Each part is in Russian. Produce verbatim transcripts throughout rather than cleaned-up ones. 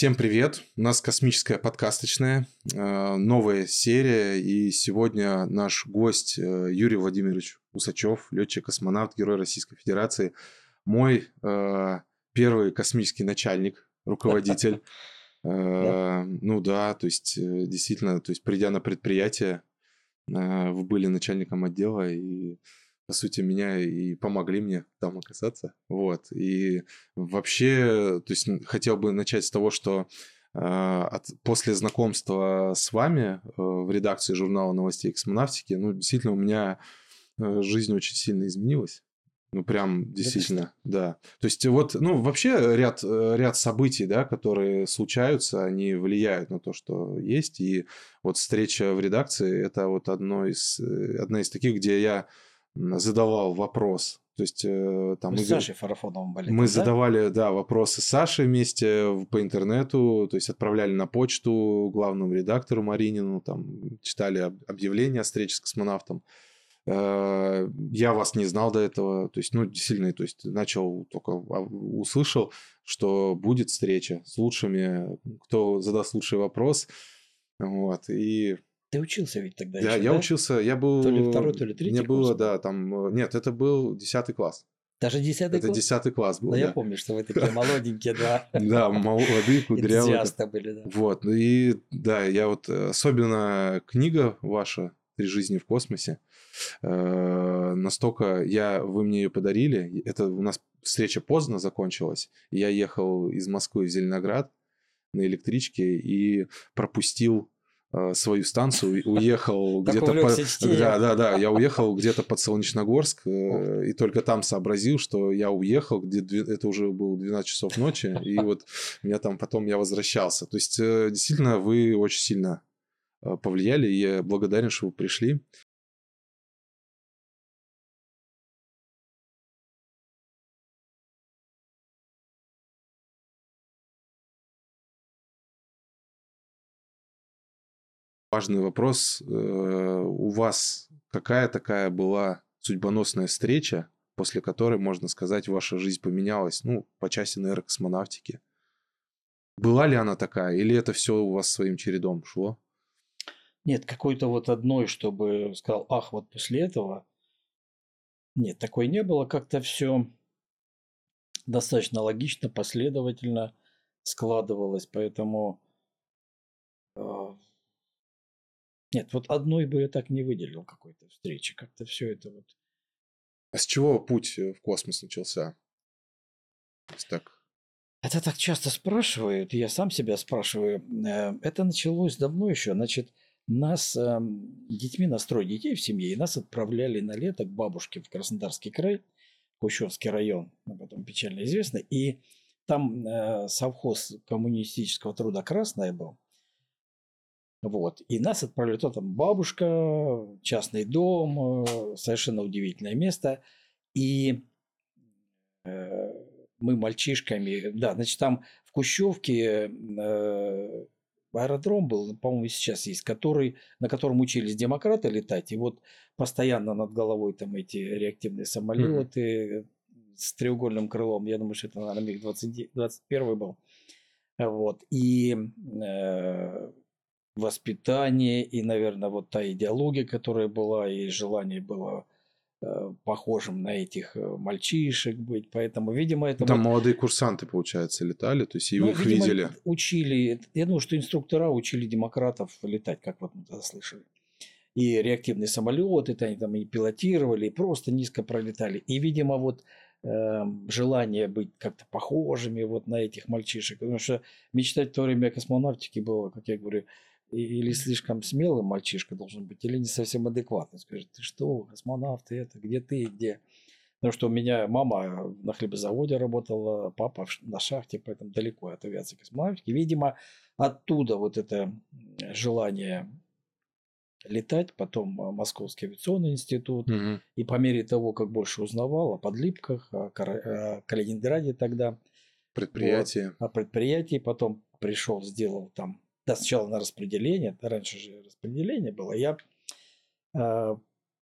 Всем привет! У нас космическая подкасточная, э, новая серия, и сегодня наш гость э, Юрий Владимирович Усачев, летчик-космонавт, Герой Российской Федерации, мой э, первый космический начальник, руководитель. Да? Э, Ну да, то есть э, действительно, то есть придя на предприятие, э, вы были начальником отдела и, по сути, меня и помогли мне там оказаться. Вот. И вообще, то есть н- хотел бы начать с того, что э, от- после знакомства с вами э, в редакции журнала новостей космонавтики, ну, действительно, у меня э, жизнь очень сильно изменилась. Ну, прям Да ты что? действительно, да. То есть вот, ну, вообще ряд, э, ряд событий, да, которые случаются, они влияют на то, что есть. И вот встреча в редакции– это вот одно из, э, одна из таких, где я м, задавал вопрос. То есть э, Вы там с Игорь, Сашей Фарафоновым были мы там, да? задавали, да, вопросы Саше вместе в- по интернету, то есть отправляли на почту главному редактору Маринину, там читали об- объявление о встрече с космонавтом. Э, Я вас не знал до этого, то есть, ну, действительно, то есть начал только а, услышал, что будет встреча с лучшими, кто задаст лучший вопрос, вот, и Ты учился ведь тогда да, еще, я да? учился, я То ли был, второй, то ли мне третий курс было, был. да, там, э, нет, это был десятый класс, Даже десятый это класс? десятый класс Но был, я да. помню, что вы такие молоденькие, два Да, молодые, кудрявые. так. энтузиаста были, да. Вот, ну и да, я вот, э, особенно книга ваша «Три жизни в космосе», э, настолько я, вы мне ее подарили, это у нас встреча поздно закончилась, я ехал из Москвы в Зеленоград на электричке и пропустил э, свою станцию, и уехал Так где-то по... увлекся чтением. Да, да, да, я уехал где-то под Солнечногорск, Ух ты. э, и только там сообразил, что я уехал, где две- это уже было двенадцать часов ночи, и вот меня там потом я возвращался. То есть, э, действительно, вы очень сильно э, повлияли, и я благодарен, что вы пришли. Важный вопрос. э, У вас какая такая была судьбоносная встреча, после которой, можно сказать, ваша жизнь поменялась, ну, по части, наверное, космонавтики? Была ли она такая, или это все у вас своим чередом шло? Нет, какой-то вот одной, чтобы сказал, ах, вот после этого. Нет, такой не было. Как-то все достаточно логично, последовательно складывалось. Поэтому э, нет, вот одной бы я так не выделил какой-то встречи. Как-то все это вот. А с чего путь э, в космос начался? То есть так. Это так часто спрашивают, и я сам себя спрашиваю. Э, Это началось давно еще. Значит, нас эм, детьми настрой детей в семье, и нас отправляли на лето к бабушке в Краснодарский край, Кущевский район, ну, потом печально известный. И там э, совхоз коммунистического труда «Красное» был. Вот. И нас отправили, то там бабушка, частный дом, э, совершенно удивительное место. И Э, мы мальчишками, да, значит, там в Кущевке э, аэродром был, по-моему, и сейчас есть, который, на котором учились демократы летать, и вот постоянно над головой там эти реактивные Мгм. самолеты с треугольным крылом, я думаю, что это, наверное, миг двадцать, двадцать один был, вот, и э, воспитание, и, наверное, вот та идеология, которая была, и желание было э, похожим на этих э, мальчишек быть. Поэтому, видимо, это Ну, там вот, молодые курсанты, получается, летали, то есть и вы ну, их видимо, видели. учили, я думаю, что инструктора учили демократов летать, как вот мы тогда слышали. И реактивные самолеты, это они там и пилотировали, и просто низко пролетали. И, видимо, вот э, желание быть как-то похожими вот на этих мальчишек. Потому что мечтать в то время о космонавтике было, как я говорю, и- или слишком смелым мальчишка должен быть, или не совсем адекватный. Скажет, ты что, космонавты, это где ты, где? Потому что у меня мама на хлебозаводе работала, папа в ш- на шахте, поэтому далеко от авиации и космонавтики. Видимо, оттуда вот это м, желание летать, потом а, Московский авиационный институт. Мгм. И по мере того, как больше узнавал о подлипках, о, Кара- о Калининграде тогда, вот, Предприятие. о предприятии, потом пришел, сделал там, да, сначала на распределение, раньше же распределение было, я а,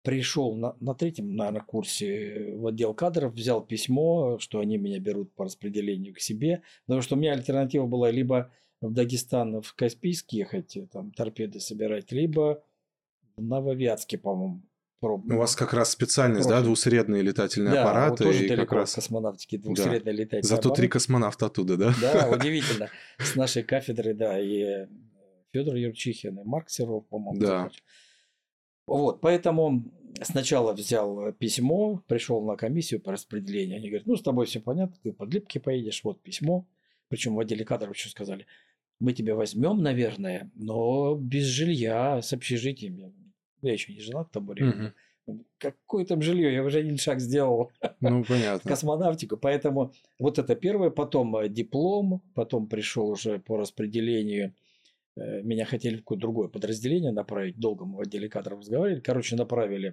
пришел на, на третьем, наверное, курсе в отдел кадров, взял письмо, что они меня берут по распределению к себе, потому что у меня альтернатива была либо в Дагестан, в Каспийск ехать, там торпеды собирать, либо в Нововятске, по-моему, У вас как раз специальность, да, профиль. двусредные летательные Да, вот аппараты. тоже и как далеко раз... от космонавтики, Да. двухсредные летательные Зато три аппараты. космонавта оттуда, да? Да, удивительно. С нашей кафедры, да, и Федор Юрчихин, и Марк Серов, по-моему, Да. закончил. Вот, поэтому сначала взял письмо, пришел на комиссию по распределению. Они говорят, ну, с тобой все понятно, ты под Липки поедешь, вот письмо. Причем в отделе кадров еще сказали, мы тебя возьмем, наверное, но без жилья, с общежитием. Я, я еще не женат в то время. Мгм. Какое там жилье? Я уже один шаг сделал Ну, в понятно. космонавтику. Поэтому вот это первое. Потом э, диплом. Потом пришел уже по распределению. Э, Меня хотели в какое-то другое подразделение направить. Долго мы в отделе кадров разговаривали. Короче, направили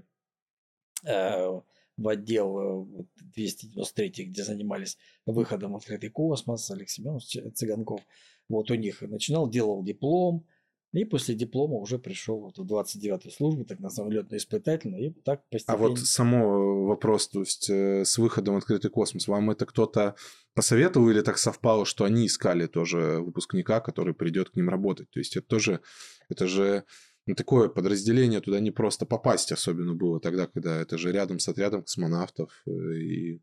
э, в отдел э, вот двести девяносто третий, где занимались выходом в открытый космос. Алексей Семенович Ц- Цыганков. Вот у них начинал, делал диплом. И после диплома уже пришел вот в двадцать девятую службу, так называемую летно-испытательную, и так А постепенно. вот само вопрос, то есть э, с выходом в открытый космос, вам это кто-то посоветовал или так совпало, что они искали тоже выпускника, который придет к ним работать? То есть это тоже, это же ну, такое подразделение, туда не просто попасть особенно было тогда, когда это же рядом с отрядом космонавтов. э, И...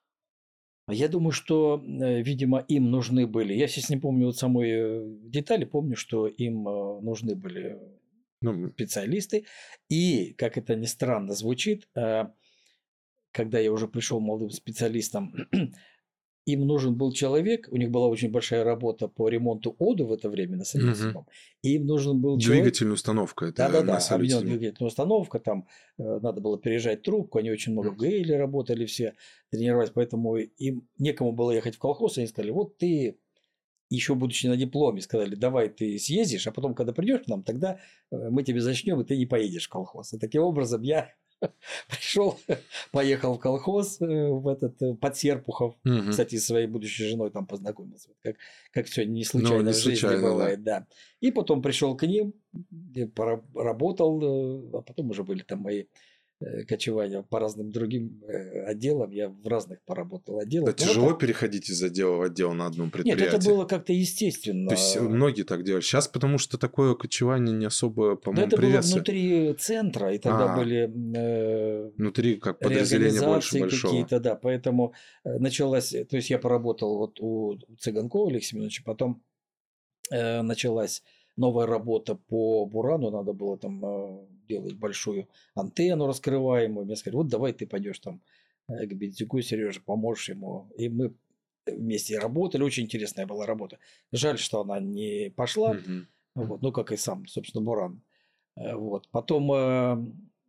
Я думаю, что, э, видимо, им нужны были. Я сейчас не помню вот самой э, детали, помню, что им э, нужны были Ну, специалисты. И, как это ни странно звучит, э, когда я уже пришел молодым специалистом, им нужен был человек, у них была очень большая работа по ремонту ОДУ в это время на Салюте мгм. седьмом, и им нужен был человек. Двигательная установка, это на Да-да-да, Салюте объединенная седьмом. двигательная установка, там э, надо было переезжать трубку, они очень много в ГЭИЛе работали все, тренировались, поэтому им некому было ехать в колхоз, и они сказали, вот ты, еще будучи на дипломе, сказали, давай ты съездишь, а потом, когда придешь к нам, тогда э, мы тебе зачнем, и ты не поедешь в колхоз. И таким образом я пришел, поехал в колхоз, э, в этот э, под Серпухов. Мгм. Кстати, со своей будущей женой там познакомился. Вот Как, как все не Ну, случайно не в жизни случайно, да. бывает, да. И потом пришел к ним, где пора- работал, э, а потом уже были там мои э, кочевания по разным другим э, отделам. Я в разных поработал Да, отделах. Ну, вот тяжело так. переходить из отдела в отдел на одном Нет, это предприятии. было как-то То есть естественно. многие так делают. Сейчас, потому что такое кочевание не особо, Но по-моему, это было приветствует. внутри центра, и тогда А, были э, внутри как подразделение больше реорганизации большого. какие-то, да, поэтому э, началась, то есть я поработал вот у Цыганкова Алексея Семеновича, потом э, началась новая работа по Бурану, надо было там э, делать большую антенну раскрываемую, мне сказали, вот давай ты пойдешь там э, к Бензюку, Сереже, поможешь ему, и мы вместе работали, очень интересная была работа. Жаль, что она не пошла, Мгм. вот, ну как и сам, собственно, Буран. Э, Вот. Потом э,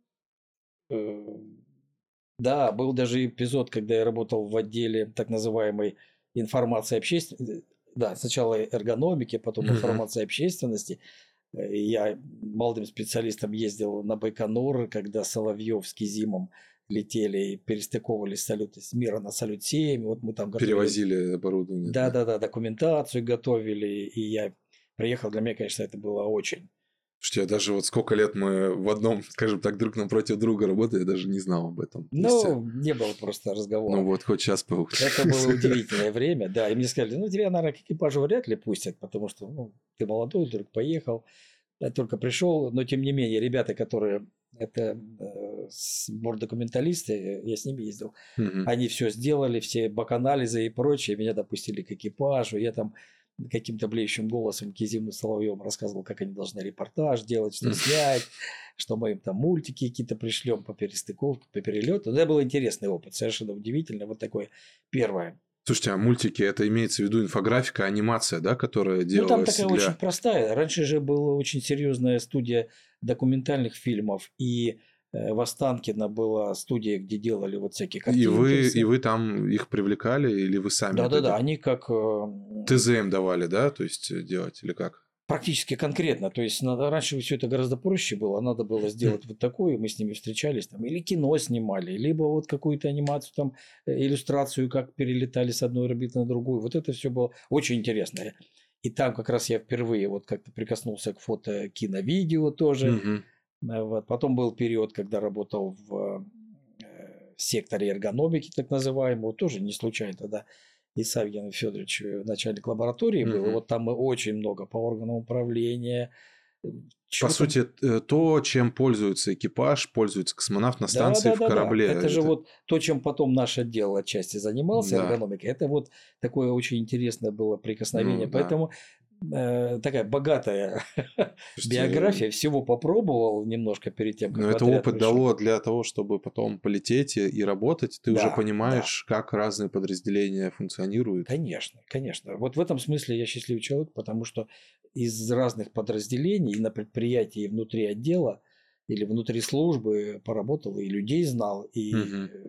э, да, был даже эпизод, когда я работал в отделе так называемой информации общественности. Да, сначала эргономики, потом Мгм. информации общественности. Э, и Я молодым специалистом ездил на Байконур, когда Соловьев с Кизимом летели и перестыковывались с салюта с мира на салют семь. Вот мы там готовили. Перевозили оборудование. Да. Да-да-да, документацию готовили. И я приехал. Для меня, конечно, это было очень. Слушайте, я даже вот сколько лет мы в одном, скажем так, друг напротив друга работали, я даже не знал об этом. То есть, э, Ну, не было просто ну разговора. вот, хоть сейчас Это было получилось. удивительное время, да. И мне сказали, ну, тебя, наверное, к экипажу вряд ли пустят, потому что ну, ты молодой, вдруг поехал, я только пришел. Но, тем не менее, ребята, которые, это э, бортдокументалисты, я с ними ездил, Мгм. они все сделали, все баканализы и прочее, меня допустили к экипажу, я там каким-то блеющим голосом Кизиму Соловьевым рассказывал, как они должны репортаж делать, что Мгм. снять, что мы им там мультики какие-то пришлем по перестыковке, по перелету. Это был интересный опыт, совершенно удивительно. Вот такое первое. Слушайте, а мультики, это имеется в виду инфографика, анимация, да, которая Ну, там делалась такая очень для... простая. Раньше же была очень серьезная студия документальных фильмов, и э, в Останкино была студия, где делали вот всякие И картинки. вы, и все. вы там их привлекали, или вы сами это Да-да-да, делали? они как э, ТЗ им давали, да, то есть э, делать, или как? практически конкретно. То есть надо- раньше все это гораздо проще было. Надо было сделать вот такое, мы с ними встречались, там, или кино снимали, либо вот какую-то анимацию, там, э, иллюстрацию, как перелетали с одной орбиты на другую. Вот это все было очень интересно. И там как раз я впервые вот как-то прикоснулся к фото, кино, видео тоже. Мгм. Вот. Потом был период, когда работал в э, секторе эргономики, так называемого, тоже не случайно тогда Исаак Евгений Федорович начальник лаборатории был, и Мгм. вот там мы очень много по органам управления. э, По чего там. сути, э, то, чем пользуется экипаж, пользуется космонавт на Да, станции да, в да, да. корабле. Это же Это, вот то, чем потом наш отдел отчасти занимался, да, эргономикой. Это вот такое очень интересное было ну прикосновение. да. Поэтому э, такая богатая То есть, э, биография. Всего попробовал немножко перед тем, как но в это отряд опыт пришел. дало для того, чтобы потом полететь и, и работать. Ты уже Да, да. понимаешь, как разные подразделения функционируют. Конечно, конечно. Вот в этом смысле я счастливый человек, потому что из разных подразделений и на предприятии, и внутри отдела, или внутри службы поработал, и людей знал, и Мгм.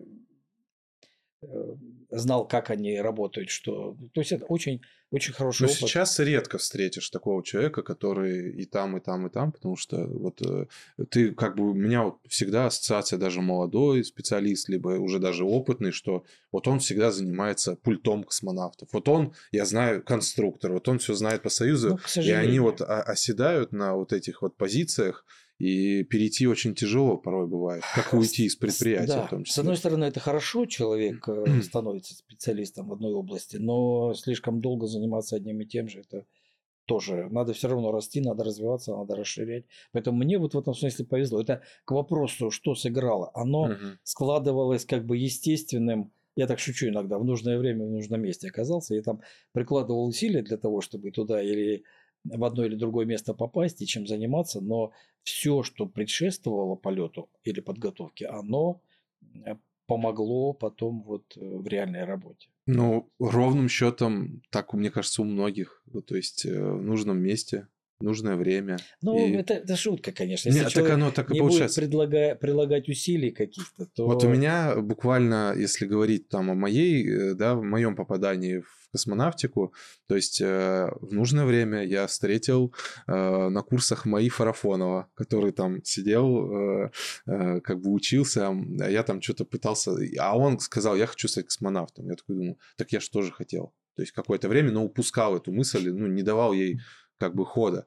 э, знал, как они работают, что... То есть это очень, очень Но хороший опыт. сейчас редко встретишь такого человека, который и там, и там, и там, потому что вот э, ты как бы у меня вот всегда ассоциация даже молодой специалист, либо уже даже опытный, что вот он всегда занимается пультом космонавтов. Вот он, я знаю, конструктор, вот он все знает по Союзу, Ну, к и они вот сожалению. о- оседают на вот этих вот позициях, и перейти очень тяжело порой бывает, как и уйти С- из с- предприятия в Да, том с одной числе. стороны, это хорошо, человек э, становится специалистом в одной области, но слишком долго заниматься одним и тем же, это тоже надо все равно расти, надо развиваться, надо расширять. Поэтому мне вот в этом смысле повезло. Это к вопросу, что сыграло. Оно Мгм. складывалось как бы естественным. Я так шучу иногда, в нужное время, в нужном месте оказался. Я там прикладывал усилия для того, чтобы туда или в одно или другое место попасть и чем заниматься, но все, что предшествовало полету или подготовке, оно э, помогло потом вот э, в реальной работе. Да. Ну, ровным счетом, так, мне кажется, у многих. Ну, то есть э, в нужном месте, в нужное время. Ну, И это, это шутка, конечно. Если нет, так человек оно так и не будет получается. предлагая, прилагать усилий каких-то, Вот у то, меня буквально, если говорить там о моей, э, да, в моем попадании в космонавтику, то есть э, в нужное время я встретил э, на курсах Маи Фарафонова, который там сидел, э, э, как бы учился, а я там что-то пытался, а он сказал, я хочу стать космонавтом. Я такой думаю, так я же тоже хотел. То есть какое-то время, но упускал эту мысль, ну, не давал ей как бы хода.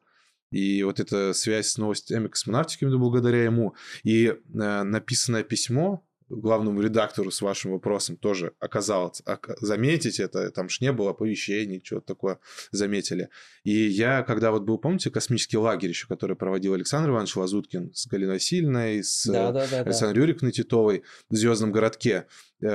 И вот эта связь с новостями космонавтики именно благодаря ему. И э, написанное письмо главному редактору с вашим вопросом тоже оказалось. Ока- заметить это, там ж не было оповещений, что-то такое заметили. И я, когда вот был, помните, космический лагерь еще, который проводил Александр Иванович Лазуткин с Галиной Сильной, с да, э, да, да, да. Александрой Юрьевной Титовой в «Звездном городке».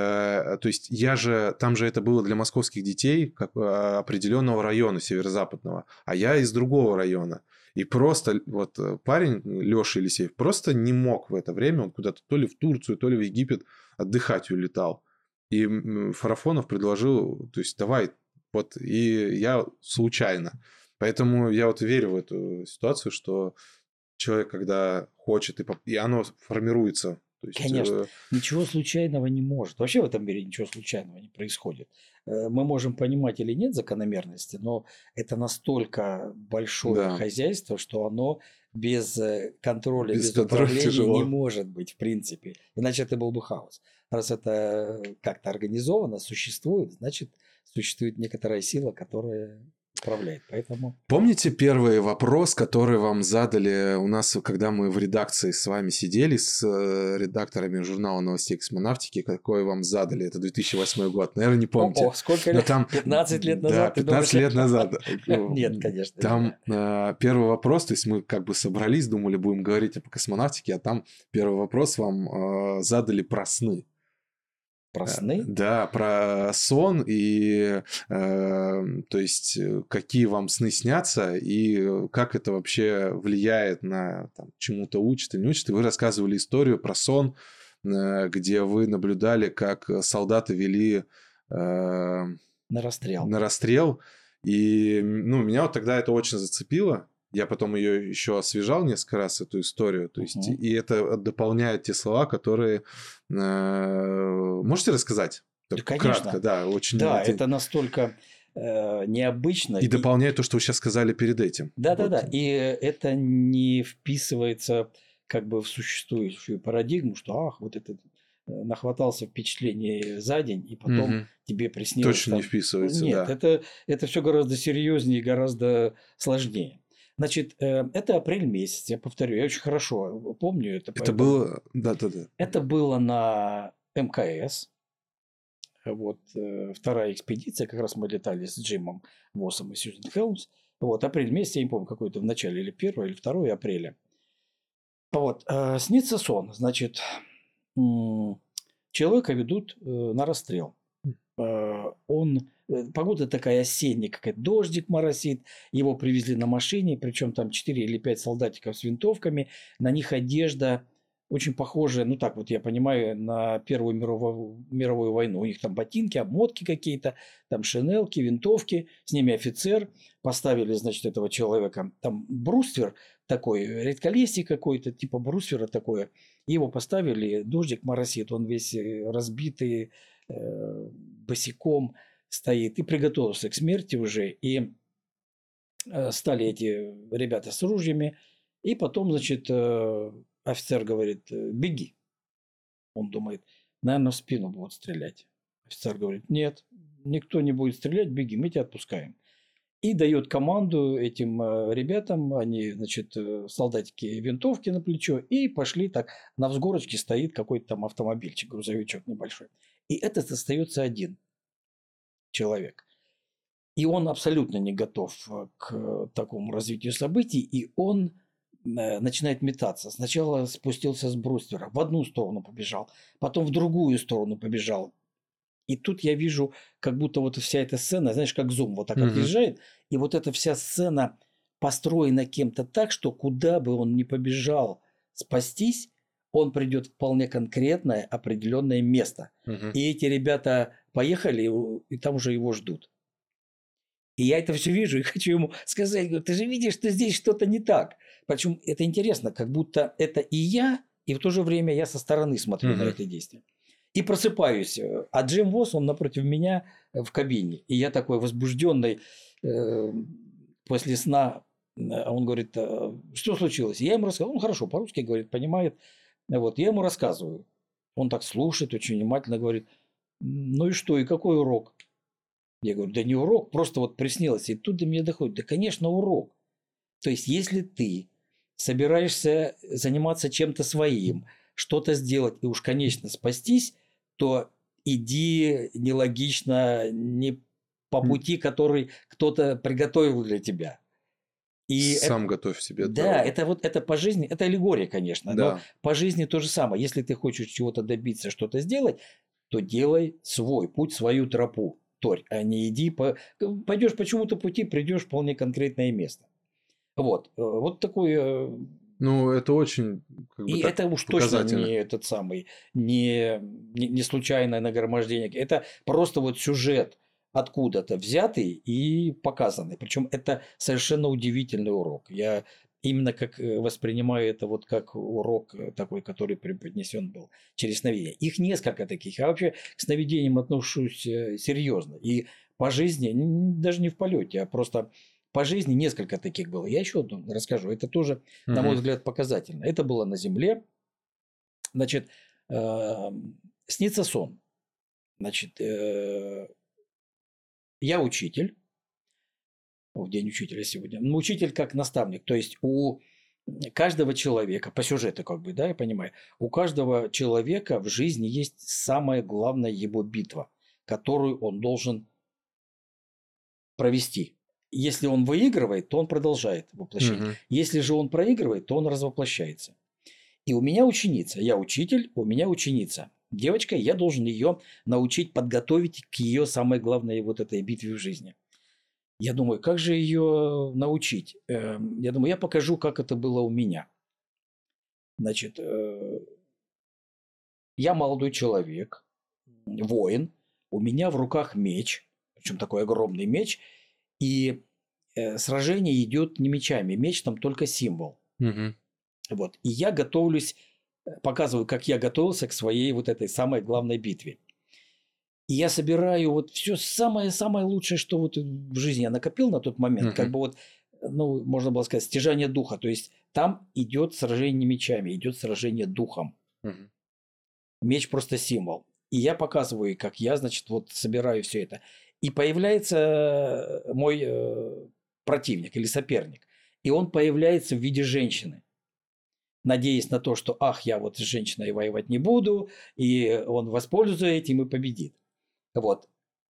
Э, То есть я же, там же это было для московских детей как, э, определенного района северо-западного, а я из другого района. И просто вот э, парень, Леша Елисеев, просто не мог в это время, он куда-то то ли в Турцию, то ли в Египет отдыхать улетал. И м, Фарафонов предложил, то есть давай, вот, и я случайно. Поэтому я вот верю в эту ситуацию, что человек, когда хочет, и, поп- и оно формируется. То есть, Конечно, э, ничего случайного не может. Вообще в этом мире ничего случайного не происходит. Э, Мы можем понимать или нет закономерности, но это настолько большое да, хозяйство, что оно без э, контроля, без без контроля управления не тяжело. может быть в принципе. Иначе это был бы хаос. Раз это э, как-то организовано, существует, значит, существует некоторая сила, которая управляет. Поэтому, Помните первый вопрос, который вам задали у нас, когда мы в редакции с вами сидели, с э, редакторами журнала новостей космонавтики, какой вам задали? Это две тысячи восьмой год. Наверное, не помните. о, сколько Но лет? там, пятнадцать лет да, назад, ты пятнадцать думаешь? лет назад. Нет, конечно, не Там знаю. э, первый вопрос, то есть мы как бы собрались, думали, будем говорить о космонавтике, а там первый вопрос вам э, задали про сны. Про Э, сны? Да, про сон и, э, то есть, э, какие вам сны снятся и э, как это вообще влияет на там, чему-то учит или не учит. И вы рассказывали историю про сон, э, где вы наблюдали, как э, солдаты вели э, На расстрел. на расстрел. И ну, меня вот тогда это очень зацепило. Я потом ее еще освежал несколько раз, эту историю. То есть, Мгм. и это дополняет те слова, которые... э, Можете рассказать? Да, Так, кратко, конечно. да, очень... Да, это- это настолько э, необычно. И И... дополняет то, что вы сейчас сказали перед этим. Да-да-да. Вот. И это не вписывается как бы в существующую парадигму, что ах, вот это э, нахватался впечатлений за день, и потом Мгм. тебе приснилось Точно не там... вписывается, Нет, да. это, это все гораздо серьезнее и гораздо сложнее. Значит, э, это апрель месяц, я повторю, я очень хорошо помню это. Это поэтому- было... Да-да-да. Это было на эм ка эс. Вот, э, вторая экспедиция, как раз мы летали с Джимом Воссом и Сьюзен Хелмс. Вот, апрель месяц, я не помню, какой-то в начале, или первого, или второго апреля. Вот, э, снится сон, значит, м, человека ведут э, на расстрел. Э, он, э, погода такая осенняя, какая-то дождик моросит, его привезли на машине, причем там четыре или пять солдатиков с винтовками, на них одежда очень похожая, ну так вот я понимаю, на Первую мировую, мировую войну. У них там ботинки, обмотки какие-то, там шинелки, винтовки, с ними офицер. Поставили, значит, этого человека, там бруствер такой, редколесье какой-то, типа бруствера такое. Его поставили, дождик моросит, он весь э, разбитый, э, босиком стоит и приготовился к смерти уже. И э, стали эти ребята с ружьями. И потом, значит, э, офицер говорит, э, беги. Он думает, наверное, в спину будут стрелять. Офицер говорит, нет, никто не будет стрелять, беги, мы тебя отпускаем. И дает команду этим э, ребятам, они, значит, э, солдатики винтовки на плечо, и пошли так, на взгорочке стоит какой-то там автомобильчик, грузовичок небольшой. И этот остается один человек. И он абсолютно не готов э, к э, такому развитию событий, и он э, начинает метаться. Сначала спустился с бруствера, в одну сторону побежал, потом в другую сторону побежал. И тут я вижу, как будто вот вся эта сцена, знаешь, как зум вот так Мгм. отъезжает, и вот эта вся сцена построена кем-то так, что куда бы он ни побежал спастись, он придет в вполне конкретное определенное место. Мгм. И эти ребята поехали, и у- и там уже его ждут. И я это все вижу и хочу ему сказать, говорю, ты же видишь, что здесь что-то не так. Причем это интересно, как будто это и я, и в то же время я со стороны смотрю на Мгм. это действие. И просыпаюсь, э, а Джим Восс, он напротив меня э, в кабине. И я такой возбужденный э, после сна, э, он говорит, «А что случилось? И я ему рассказал, он хорошо по-русски говорит, понимает. Вот, я ему рассказываю. Он так слушает, очень внимательно говорит, ну и что, и какой урок? Я говорю, да не урок, просто вот приснилось. И тут до меня доходит, да, конечно, урок. То есть, если ты собираешься заниматься чем-то своим, что-то сделать и уж, конечно, спастись, то иди нелогично, не по М. пути, который кто-то приготовил для тебя. И это- Сам готовь себе да, дорогу. это вот это по жизни, это аллегория, конечно, но Да. по жизни то же самое. Если ты хочешь чего-то добиться, что-то сделать, то делай свой путь, свою тропу, торь, а не иди по... Пойдешь по чему-то пути, придешь в вполне конкретное место. Вот, э, вот такой... э, Ну, это очень как бы И так это уж точно показательно. не этот самый, не, не, не случайное нагромождение. Это просто вот сюжет откуда-то взятый и показанный. Причем это совершенно удивительный урок. Я именно как э, воспринимаю это вот как урок э, такой, который преподнесен был через сновидение. Их несколько таких. Я вообще к сновидениям отношусь э, серьезно. И по жизни, н- даже не в полете, а просто по жизни несколько таких было. Я еще одну расскажу. Это тоже, на мой Мгм. взгляд, показательно. Это было на Земле. Значит, э, снится сон. Значит, э, я учитель. В день учителя сегодня. Ну, учитель как наставник. То есть у каждого человека, по сюжету как бы, да, я понимаю, у каждого человека в жизни есть самая главная его битва, которую он должен провести. Если он выигрывает, то он продолжает воплощение. Мгм. Если же он проигрывает, то он развоплощается. И у меня ученица, я учитель, у меня ученица. Девочка, я должен ее научить, подготовить к ее самой главной вот этой битве в жизни. Я думаю, как же ее научить? Эм, Я думаю, я покажу, как это было у меня. Значит, э, я молодой человек, воин, у меня в руках меч, причем такой огромный меч, и э, сражение идет не мечами, меч там только символ. Мгм. Вот. И я готовлюсь, э, показываю, как я готовился к своей вот этой самой главной битве. И я собираю вот все самое-самое лучшее, что вот в жизни я накопил на тот момент. Как Мгм. бы вот, ну, можно было сказать, стяжание духа. То есть там идет сражение не мечами, идет сражение духом. Мгм. Меч просто символ. И я показываю, как я, значит, вот собираю все это. И появляется мой э, противник или соперник. и он появляется в виде женщины, надеясь на то, что, ах, я вот с женщиной воевать не буду, и он воспользуется этим и победит. Вот.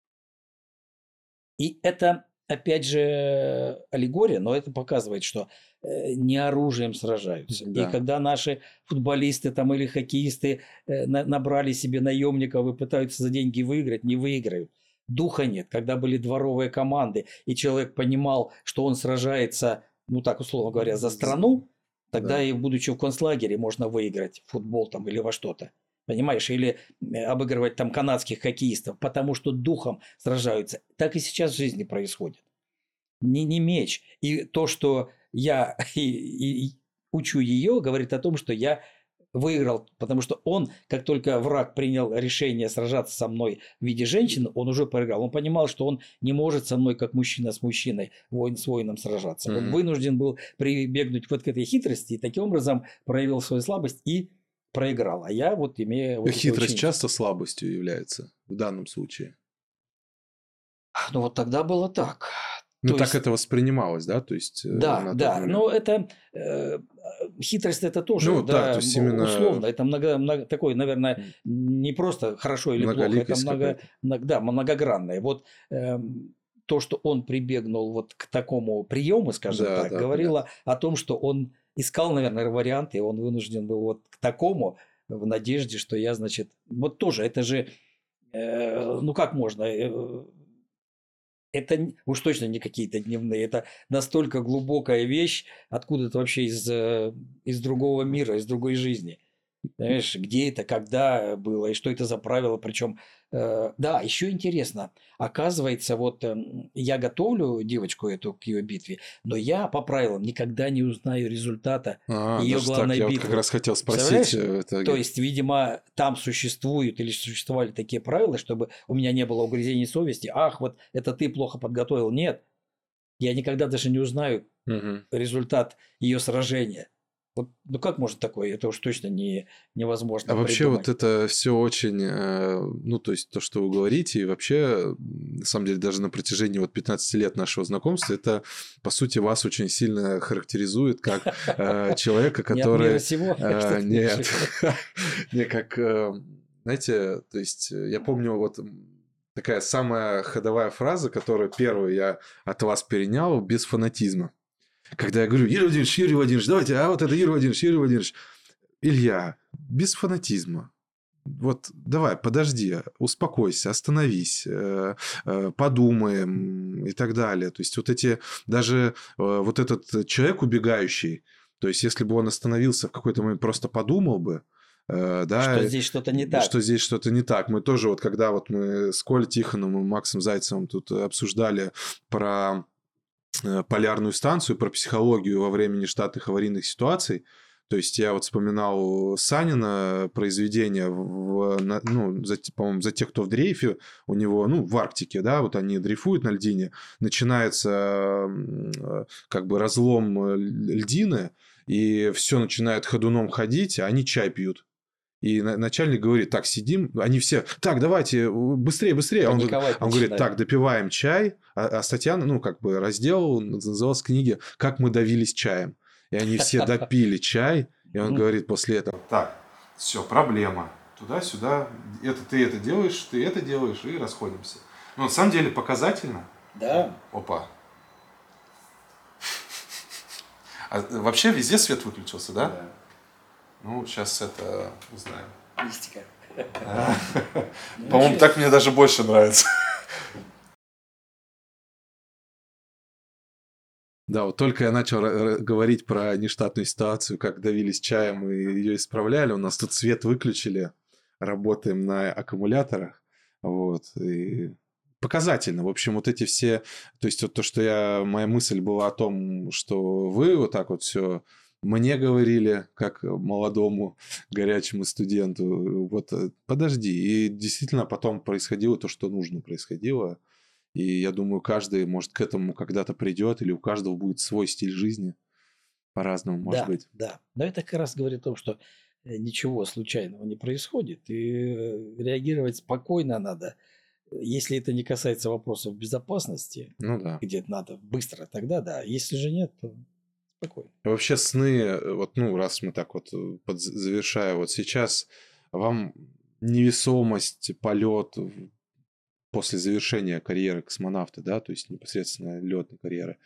И это, опять же, аллегория, но это показывает, что э, не оружием сражаются. И Да. когда наши футболисты там или хоккеисты э, на- набрали себе наемников и пытаются за деньги выиграть, не выиграют. Духа нет. Когда были дворовые команды, и человек понимал, что он сражается, ну так условно говоря, за страну, тогда Да. и будучи в концлагере можно выиграть в футбол там или во что-то. Понимаешь, или э, обыгрывать там канадских хоккеистов, потому что духом сражаются. Так и сейчас в жизни происходит. Не, не меч. И то, что я и, и- и учу ее, говорит о том, что я выиграл, потому что он, как только враг принял решение сражаться со мной в виде женщины, он уже проиграл. Он понимал, что он не может со мной, как мужчина с мужчиной, воин с воином сражаться. Он Мгм. вынужден был прибегнуть вот к этой хитрости и таким образом проявил свою слабость и проиграл. А я вот имею вот эту Хитрость ученицу. часто слабостью является в данном случае. Ну вот тогда было так. Ну, То так есть, это воспринималось, да, то есть э, да, на тот да, момент. но это э, хитрость это тоже, Ну, да, да, то есть м, именно условно, это много, много- такое, наверное, м, не просто хорошо или плохо, это многоликость много, какая-то. много- да, многогранное. Вот эм, то, что он прибегнул вот к такому приему, скажем Да, так, да, понятно. говорило о том, что он искал, наверное, варианты, и он вынужден был вот к такому в надежде, что я, значит, вот тоже, это же, э, ну как можно, э, это н- уж точно не какие-то дневные, это настолько глубокая вещь, откуда-то вообще из, э, из другого мира, из другой жизни. Понимаешь, где это, когда было, и что это за правило, причем, э, да, еще интересно, оказывается, вот эм, я готовлю девочку эту к ее битве, но я по правилам никогда не узнаю результата А, ее даже так. главной Я вот как битвы. раз хотел спросить Представляешь? э, в То итоге. есть, видимо, там существуют или существовали такие правила, чтобы у меня не было угрызений совести. Ах, вот это ты плохо подготовил. Нет, я никогда даже не узнаю Мгм. результат ее сражения. Вот, ну как можно такое? Это уж точно не, А невозможно вообще вот придумать. это все очень, э, ну, то есть то, что вы говорите, и вообще, м, на самом деле, даже на протяжении вот пятнадцати лет нашего знакомства, это, по сути, вас очень сильно характеризует как э, человека, Не от мира который... сего, э, что ты Нет, имеешь в виду? не как, э, знаете, то есть э, я помню вот м, такая самая ходовая фраза, которую первую я от вас перенял, без фанатизма. Когда я говорю: Юрий Владимирович, Юрий Владимирович, давайте, а вот это Юрий Владимирович, Юрий Владимирович. Илья, без фанатизма. Вот давай, подожди, успокойся, остановись, э, э, подумаем и так далее. То есть вот эти, даже э, вот этот человек убегающий, то есть если бы он остановился в какой-то момент, просто подумал бы, э, да, Что э, здесь что-то не что так. здесь что-то не так. Мы тоже вот, когда вот мы с Колей Тихоновым и Максом Зайцевым тут обсуждали про э, полярную станцию, про психологию во время нештатных аварийных ситуаций. То есть я вот вспоминал Санина произведение, в, на- ну, за, те- по-моему, за тех, кто в дрейфе, у него, ну, в Арктике, да, вот они дрейфуют на льдине, начинается м, э, как бы разлом э, льдины, и все начинает ходуном ходить, а они чай пьют. И на- начальник говорит: так, сидим, они все, так, давайте, быстрее, быстрее. А он, говорит- Паниковать а он говорит: начинают. так, допиваем чай. А, а статья, ну, как бы раздел назывался книги «Как мы давились чаем». И они все допили чай, и он Мгм. говорит после этого: так, все, проблема. Туда-сюда, это ты это делаешь, ты это делаешь, и расходимся. Ну, на самом деле показательно. Да. Опа. А вообще везде свет выключился, да? Ну, сейчас это узнаем. Мистика. Ну, По-моему, ничего. так мне даже больше нравится. Да, вот только я начал ра- ра- говорить про нештатную ситуацию, как давились чаем и ее исправляли. У нас тут свет выключили, работаем на аккумуляторах. Вот. И показательно. В общем, вот эти все... То есть вот то, что я... Моя мысль была о том, что вы вот так вот все мне говорили, как молодому горячему студенту. Вот э, подожди. И действительно потом происходило то, что нужно происходило. И я думаю, каждый, может, к этому когда-то придет, или у каждого будет свой стиль жизни. По-разному, может Да, быть. да. Но это как раз говорит о том, что э, ничего случайного не происходит. И э, реагировать спокойно надо. Если это не касается вопросов безопасности, Ну да. где надо быстро, тогда да. Если же нет, то спокойно. Вообще сны, вот, ну, раз мы так вот под, завершая, вот сейчас вам невесомость, полет после завершения карьеры космонавта, да, то есть непосредственно летной карьеры,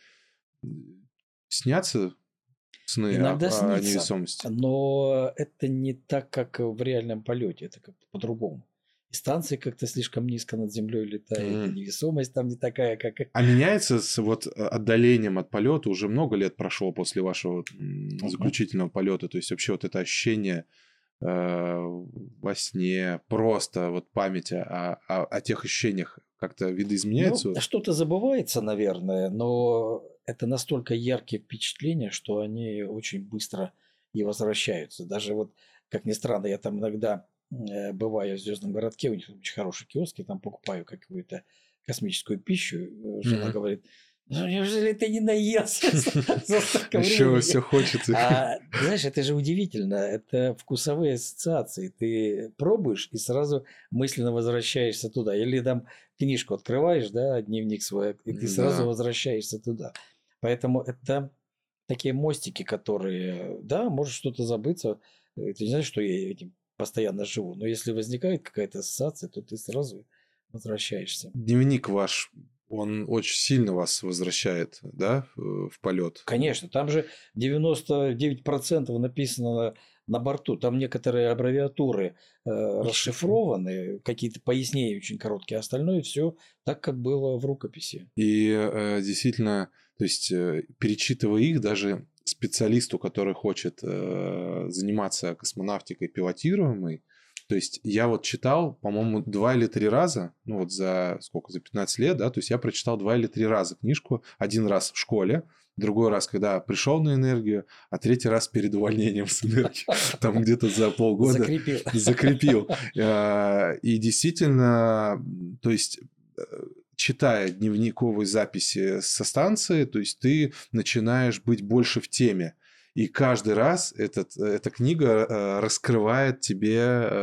снятся сны о, Иногда о снится, невесомости? но это не так, как в реальном полете, это как-то по-другому. И станция как-то слишком низко над землей летает, и М. невесомость там не такая, как... А меняется с вот отдалением от полета? Уже много лет прошло после вашего м, Мгм. заключительного полета. То есть вообще вот это ощущение э, во сне, просто вот память о, о, о тех ощущениях как-то Ну, видоизменяется? что-то забывается, наверное, но это настолько яркие впечатления, что они очень быстро и возвращаются. Даже вот, как ни странно, я там иногда э, бываю в Звездном городке, у них очень хорошие киоски, там покупаю какую-то космическую пищу. Э, Жена Мгм. говорит, ну неужели ты не наелся за за столько Еще времени? все хочется. А ты знаешь, это же удивительно, это вкусовые ассоциации. Ты пробуешь и сразу мысленно возвращаешься туда. Или там книжку открываешь, да, дневник свой, и ты сразу Да. возвращаешься туда. Поэтому это такие мостики, которые, да, может что-то забыться. Э, Ты не знаешь, что я этим постоянно живу. Но если возникает какая-то ассоциация, то ты сразу возвращаешься. Дневник ваш, он очень сильно вас возвращает, да, э, в полет. Конечно, там же девяносто девять процентов написано на, на борту. Там некоторые аббревиатуры э, расшифрованы, какие-то пояснения очень короткие, а остальное все так, как было в рукописи. И э, действительно, то есть, э, перечитывая их, даже специалисту, который хочет э, заниматься космонавтикой пилотируемой, то есть я вот читал, по-моему, два или три раза, ну вот за сколько, за пятнадцать лет, да, то есть я прочитал два или три раза книжку, один раз в школе, другой раз, когда пришел на энергию, а третий раз перед увольнением с энергии, там где-то за полгода Закрепил. закрепил. Э, И действительно, то есть э, читая дневниковые записи со станции, то есть ты начинаешь быть больше в теме. И каждый раз этот, эта книга э, раскрывает тебе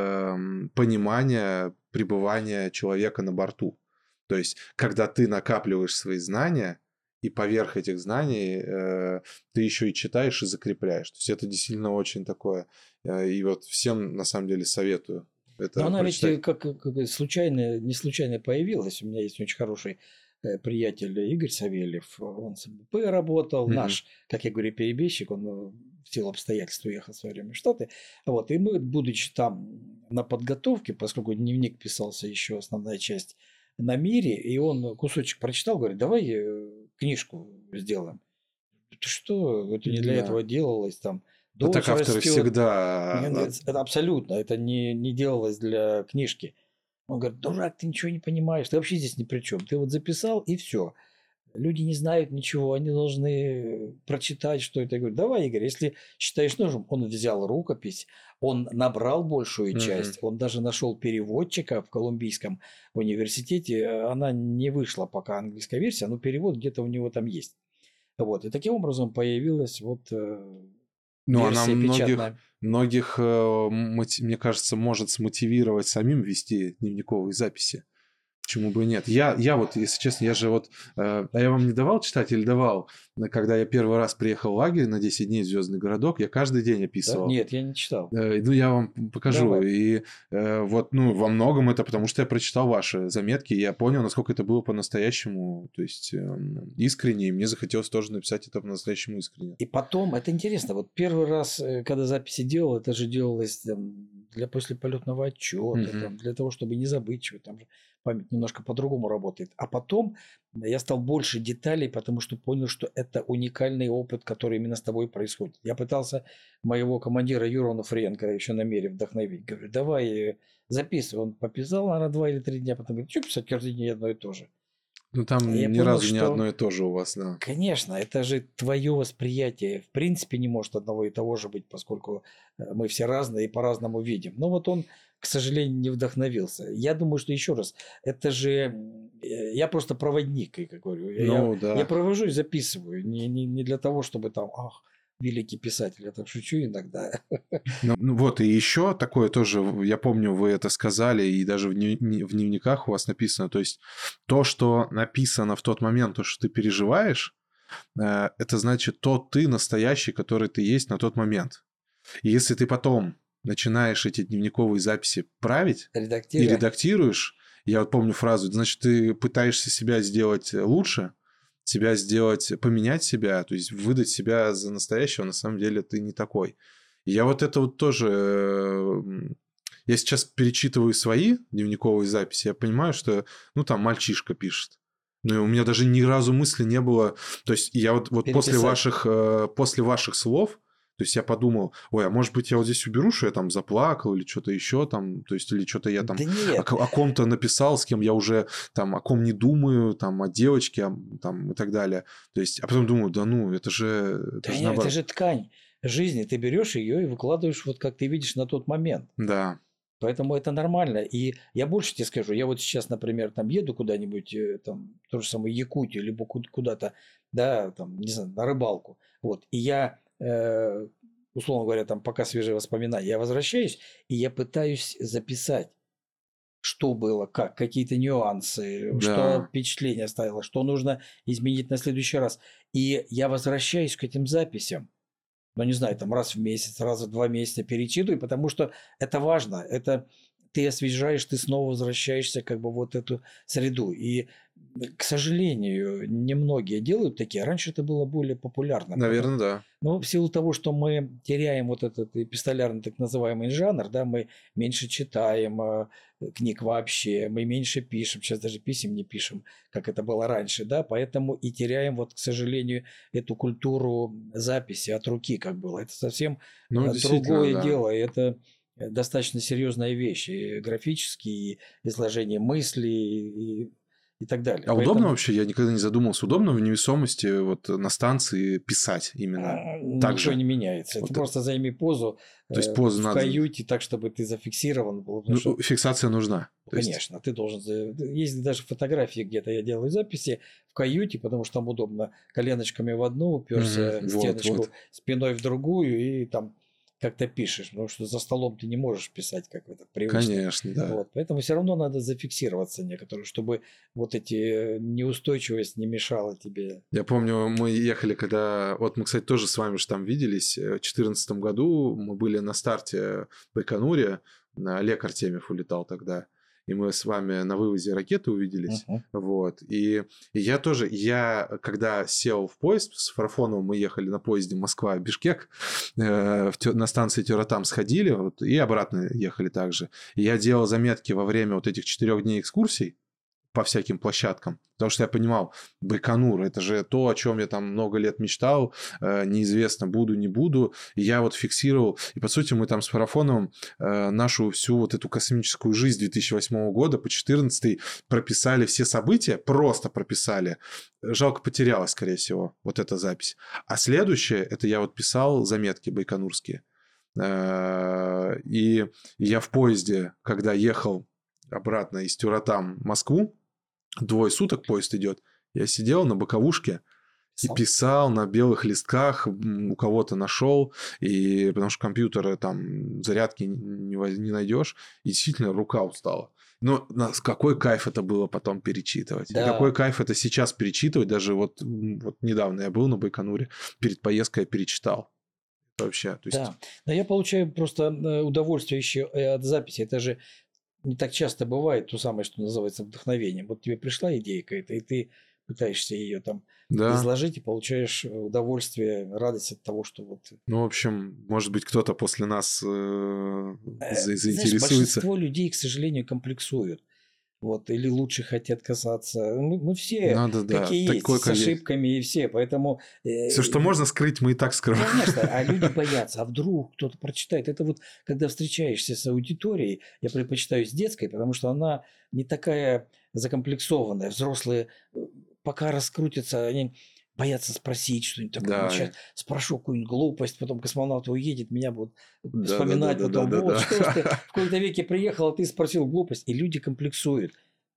эм, понимание пребывания человека на борту. То есть, когда ты накапливаешь свои знания, и поверх этих знаний э, ты еще и читаешь и закрепляешь. То есть, это действительно очень такое. э, И вот всем, на самом деле, советую Но это она ведь прочитать. э, как, как бы случайно, не случайно появилась. У меня есть очень хороший э, приятель Игорь Савельев. Он с МБП работал, Мгм. наш, как я говорю, перебежчик. Он э, в силу обстоятельств уехал в свое время в Штаты. Вот. И мы, будучи там на подготовке, поскольку дневник писался еще основная часть на мире, и он кусочек прочитал, говорит, давай э, книжку сделаем. Ты что, это не для Да. этого делалось, там А так дочь авторы растет. всегда... Нет, а, это абсолютно, это не, не делалось для книжки. Он говорит, дурак, ты ничего не понимаешь, ты вообще здесь ни при чем. Ты вот записал и все. Люди не знают ничего, они должны прочитать, что это. Я говорю, давай, Игорь, если считаешь нужным. Он взял рукопись, он набрал большую Мгм. часть, он даже нашел переводчика в Колумбийском университете. Она не вышла пока английская версия, но перевод где-то у него там есть. Вот. И таким образом появилась вот э, Ну, она версия многих, печатная. многих, э, моти- мне кажется, может смотивировать самим вести дневниковые записи. Почему бы и нет? Я, я вот, если честно, я же вот... э, а я вам не давал читать или давал? Но Когда я первый раз приехал в лагерь на десять дней в Звездный городок, я каждый день Да? описывал. Нет, я не читал. Э, Ну, я вам покажу. Давай. И э, вот, ну, во многом это потому, что я прочитал ваши заметки, и я понял, насколько это было по-настоящему, то есть эм, искренне, и мне захотелось тоже написать это по-настоящему искренне. И потом, это интересно, вот первый раз, э, когда записи делал, это же делалось там, для послеполетного отчета, Мгм. там, для того, чтобы не забыть чего, там же память немножко по-другому работает. А потом я стал больше деталей, потому что понял, что это уникальный опыт, который именно с тобой происходит. Я пытался моего командира Юру Онуфриенко еще на мере вдохновить. Говорю, давай э, записывай. Он пописал, наверное, два или три дня, потом говорит, что писать каждый день одно и то же. Ну, И там я ни понял, разу не что одно и то же у вас, да. конечно, это же твое восприятие. В принципе, не может одного и того же быть, поскольку э, мы все разные и по-разному видим. Но вот он, к сожалению, не вдохновился. Я думаю, что еще раз, это же м, э, я просто проводник, и, как говорю, я, я, Ну, я да. провожу и записываю. Не, не, не для того, чтобы там, ах, великий писатель, я так шучу иногда. Ну, ну вот, и еще такое тоже, в- я помню, вы это сказали, и даже в, днев- ни- в дневниках у вас написано, то есть то, что написано в тот момент, то, что ты переживаешь, э, это значит тот ты настоящий, который ты есть на тот момент. И если ты потом начинаешь эти дневниковые записи править и Редактируя. редактируешь, я вот помню фразу, значит, ты пытаешься себя сделать лучше, себя сделать, поменять себя, то есть выдать себя за настоящего, на самом деле ты не такой. И я вот это вот тоже... э, Я сейчас перечитываю свои дневниковые записи, я понимаю, что, ну, там мальчишка пишет. Ну, и у меня даже ни разу мысли не было... То есть я вот, вот после, Переписать. ваших, э, после ваших слов, то есть я подумал, ой, а может быть, я вот здесь уберу, что я там заплакал или что-то еще там, то есть или что-то я там Да о, нет. ко- о ком-то написал, с кем я уже там о ком не думаю, там о девочке о- там, и так далее. То есть, а потом думаю, да ну, это же, это Да же нет, это наоборот. же ткань жизни. Ты берешь ее и выкладываешь вот как ты видишь на тот момент. Да, Поэтому это нормально. И я больше тебе скажу, я вот сейчас, например, там еду куда-нибудь, э, там, то же самое Якутию, либо ку- куда-то, да, там, не знаю, на рыбалку. Вот. И я, э, условно говоря, там, пока свежие воспоминания, я возвращаюсь, и я пытаюсь записать, что было, как, какие-то нюансы, что да, впечатление оставило, что нужно изменить на следующий раз. И я возвращаюсь к этим записям. Ну, не знаю, там раз в месяц, раз в два месяца перечитывай, потому что это важно. Это ты освежаешь, ты снова возвращаешься как бы в вот эту среду. И, к сожалению, немногие делают такие. Раньше это было более популярно. Потому, наверное, да. но в силу того, что мы теряем вот этот эпистолярный так называемый жанр, да, мы меньше читаем э, книг вообще, мы меньше пишем, сейчас даже писем не пишем, как это было раньше, да, поэтому и теряем вот, к сожалению, эту культуру записи от руки, как было. Это совсем Ну, э, действительно, другое да. дело, и это э, достаточно серьезная вещь, и графические, и изложение мыслей, и, и так далее. А удобно Поэтому вообще? Я никогда не задумывался. Удобно в невесомости вот на станции писать именно а, так ничего же? не меняется. Вот Ты это. просто займи позу То есть э, позу в надо... каюте так, чтобы ты зафиксирован был, потому Ну, что фиксация нужна. То есть... конечно, ты должен... за- Есть даже фотографии, где-то я делаю записи в каюте, потому что там удобно коленочками в одну, уперся Мгм. в Вот, стеночку, вот. спиной в другую, и там как-то пишешь, потому что за столом ты не можешь писать, как это привычно. Конечно, да. Вот, поэтому все равно надо зафиксироваться некоторые, чтобы вот эти неустойчивость не мешала тебе. Я помню, мы ехали, когда... Вот мы, кстати, тоже с вами же там виделись. В две тысячи четырнадцатом году мы были на старте в Байконуре. Олег Артемьев улетал тогда. И мы с вами на вывозе ракеты увиделись. Мгм. Вот. И, и я тоже... Я, когда сел в поезд с Фарафоновым, мы ехали на поезде Москва-Бишкек, э, в Тё- на станции Тёратам сходили, вот, и обратно ехали также. И я делал заметки во время вот этих четырех дней экскурсий по всяким площадкам. Потому что я понимал, Байконур, это же то, о чем я там много лет мечтал, э, неизвестно, буду, не буду. И я вот фиксировал. И, по сути, мы там с Фарафоновым э, нашу всю вот эту космическую жизнь две тысячи восьмого года по четырнадцатый прописали все события, просто прописали. Жалко, потерялась, скорее всего, вот эта запись. А следующее, это я вот писал заметки байконурские. Э, И я в поезде, когда ехал обратно из Тюратам в Москву, двое суток поезд идет, я сидел на боковушке и Писал? писал на белых листках, м, у кого-то нашел, и потому что компьютера там зарядки не, воз- не найдешь, и действительно рука устала. Но на- какой кайф это было потом перечитывать. И какой Да, кайф это сейчас перечитывать. Даже вот, м, вот недавно я был на Байконуре, перед поездкой я перечитал. Вообще, то есть... да. Но я получаю просто э, удовольствие еще и от записи. Это же не так часто бывает то самое, что называется вдохновением. Вот тебе пришла идея какая-то, и ты пытаешься ее там Да, изложить и получаешь э, удовольствие, радость от того, что вот... ну, в общем, может быть, кто-то после нас э, Э, за- Знаешь, заинтересуется. большинство людей, к сожалению, комплексуют. Вот, или лучше хотят казаться. Мы, мы все Надо, да, какие есть, такой, с как есть. ошибками и все. Поэтому Все, что э, можно скрыть, мы и так скрываем. конечно, а люди боятся, а вдруг кто-то прочитает. Это вот, когда встречаешься с аудиторией, я предпочитаю с детской, потому что она не такая закомплексованная. Взрослые э, пока раскрутятся, они боятся спросить что-нибудь такое. Вот сейчас Да, спрошу какую-нибудь глупость, потом космонавт уедет, меня будут да, да, да, вспоминать да, да, потом. да, Вот, что ж ты да. в какой-то веке приехал, а ты спросил глупость. И люди комплексуют.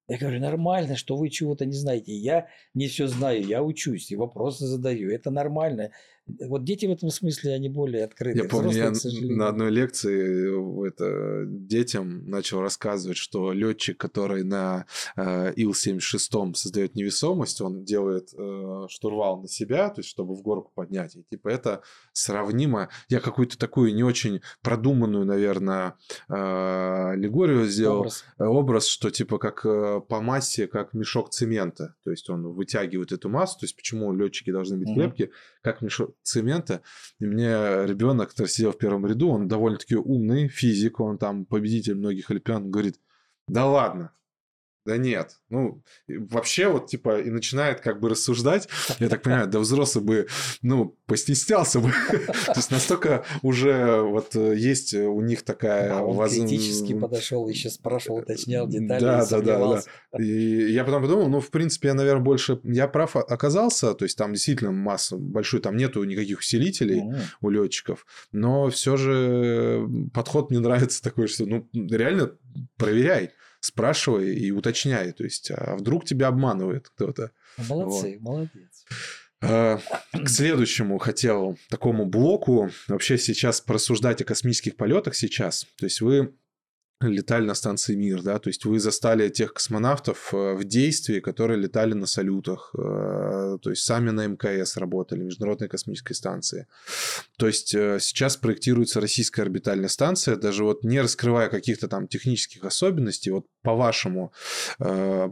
Я говорю, нормально, что вы чего-то не знаете. Я не все знаю, я учусь и вопросы задаю. Это нормально. Вот дети в этом смысле, они более Я открыты. помню, я Взрослые, к на сожалению. одной лекции э, это, детям начал рассказывать, что летчик, который на э, Ил семьдесят шесть создает невесомость, он делает э, штурвал на себя, то есть чтобы в горку поднять. И типа это сравнимо. Я какую-то такую не очень продуманную, наверное, э, аллегорию сделал, Образ. э, образ, что типа как э, по массе, как мешок цемента. То есть он вытягивает эту массу. То есть почему летчики должны быть Мгм. крепкие, как мешок цемента. И мне ребенок, который сидел в первом ряду, он довольно-таки умный, физик, он там победитель многих олимпиад, он говорит, да ладно, да нет. Ну, и вообще вот типа и начинает как бы рассуждать. Я так понимаю, да взрослый бы, ну, постеснялся бы. То есть настолько уже вот э, есть у них такая... А он воз- критически подошел, еще спрашивал, уточнял детали и Да, да, да, да. сомневался. И я потом подумал, ну, в принципе, я, наверное, больше... Я прав о- оказался, то есть там действительно масса большой, там нету никаких усилителей Мгм. у летчиков, но все же подход мне нравится такой, что, ну, реально проверяй, спрашивай и уточняй, то есть, а вдруг тебя обманывает кто-то. Вот. Молодцы, молодец. А, К следующему хотел такому блоку вообще сейчас порассуждать о космических полетах сейчас. То есть вы летали на станции «Мир», да, то есть вы застали тех космонавтов э, в действии, которые летали на салютах, э, то есть сами на эм ка эс работали, Международной космической станции. То есть э, сейчас проектируется российская орбитальная станция, даже вот не раскрывая каких-то там технических особенностей, вот по-вашему, э,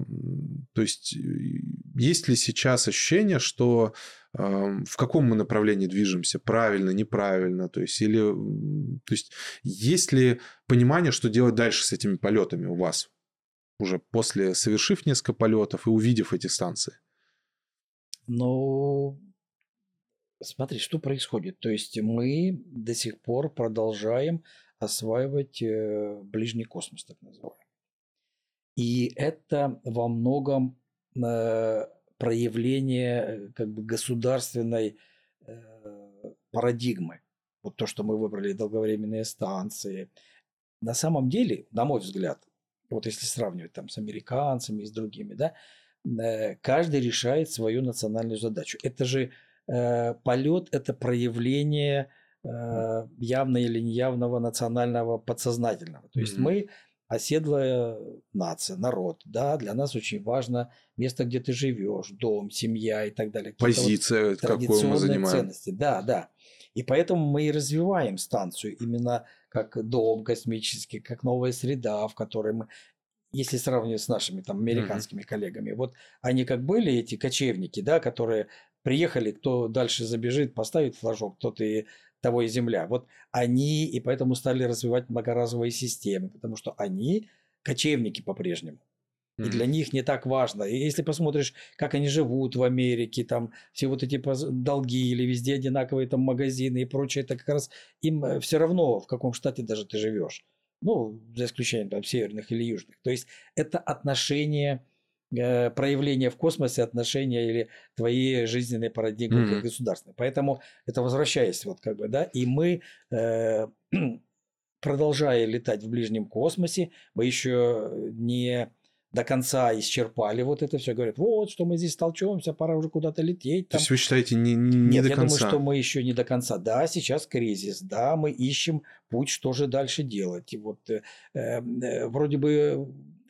то есть э, есть ли сейчас ощущение, что э, в каком мы направлении движемся, правильно, неправильно, то есть или, м, то есть есть ли понимание, что делать дальше с этими полетами у вас, уже после совершив несколько полетов и увидев эти станции? Ну, смотри, что происходит. То есть мы до сих пор продолжаем осваивать э, ближний космос, так называемый. И это во многом э, проявление э, как бы государственной э, парадигмы. Вот то, что мы выбрали долговременные станции. На самом деле, на мой взгляд, вот если сравнивать там с американцами и с другими, да, э, каждый решает свою национальную задачу. Это же э, полет, это проявление э, явного или неявного национального подсознательного. То есть Мгм. мы оседлая нация, народ, да, для нас очень важно место, где ты живешь, дом, семья и так далее. Какие-то вот Позиция, какую мы традиционные занимаем. ценности, да, да. И поэтому мы и развиваем станцию именно как дом космический, как новая среда, в которой мы, если сравнивать с нашими там Мгм. американскими коллегами, вот они как были эти кочевники, да, которые приехали, кто дальше забежит, поставит флажок, тот и того и земля. Вот они и поэтому стали развивать многоразовые системы, потому что они кочевники по-прежнему. И Мгм. для них не так важно. И если посмотришь, как они живут в Америке, там все вот эти поз- долги или везде одинаковые там магазины и прочее, это как раз им все равно, в каком штате даже ты живешь. Ну, за исключением там северных или южных. То есть это отношение, э, проявление в космосе, отношения или твоей жизненной парадигмы как Мгм. государственной. Поэтому это возвращаясь вот как бы, да, и мы э, продолжая летать в ближнем космосе, мы еще не до конца исчерпали вот это все. Говорят, вот, что мы здесь толчемся, пора уже куда-то лететь. То Там. есть вы считаете не, не Нет, до я думаю, что конца? мы еще не до конца. Да, сейчас кризис, да, мы ищем путь, что же дальше делать. И вот э, э, вроде бы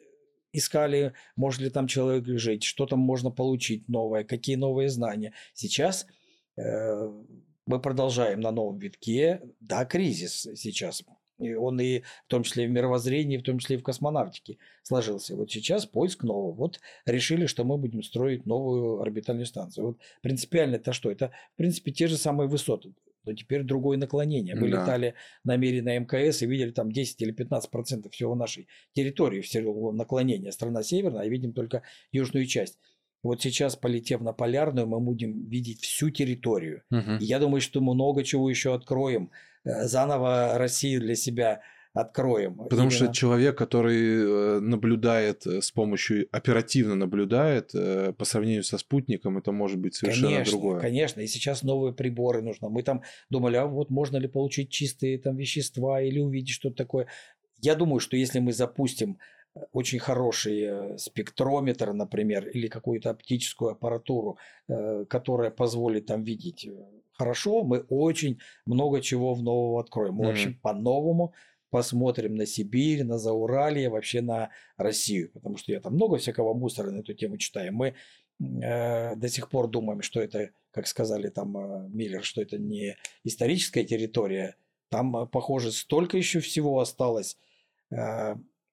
искали, может ли там человек жить, что там можно получить новое, какие новые знания. Сейчас э, мы продолжаем на новом витке. Да, кризис сейчас. И он и в том числе и в мировоззрении, в том числе и в космонавтике сложился. Вот сейчас поиск нового. Вот решили, что мы будем строить новую орбитальную станцию. Вот принципиально это что? Это, в принципе, те же самые высоты, но теперь другое наклонение. Мы Да. летали на Мире на эм ка эс и видели там десять или пятнадцать процентов всего нашей территории, всего наклонения. Страна северная, а видим только южную часть. Вот сейчас, полетев на полярную, мы будем видеть всю территорию. Мгм. И я думаю, что мы много чего еще откроем. Э, Заново Россию для себя откроем. Потому что Именно- человек, который э, наблюдает э, с помощью, оперативно наблюдает, э, по сравнению со спутником, это может быть совершенно Конечно, другое. конечно. И сейчас новые приборы нужно. Мы там думали, а вот можно ли получить чистые там вещества или увидеть что-то такое. Я думаю, что если мы запустим очень хороший э, спектрометр, например, или какую-то оптическую аппаратуру, э, которая позволит там видеть э, хорошо, мы очень много чего в нового откроем. Мы вообще Мгм. по-новому посмотрим на Сибирь, на Зауралье, вообще на Россию, потому что я там много всякого мусора на эту тему читаю. Мы э, до сих пор думаем, что это, как сказали там э, Миллер, что это не историческая территория. Там, э, похоже, столько еще всего осталось э,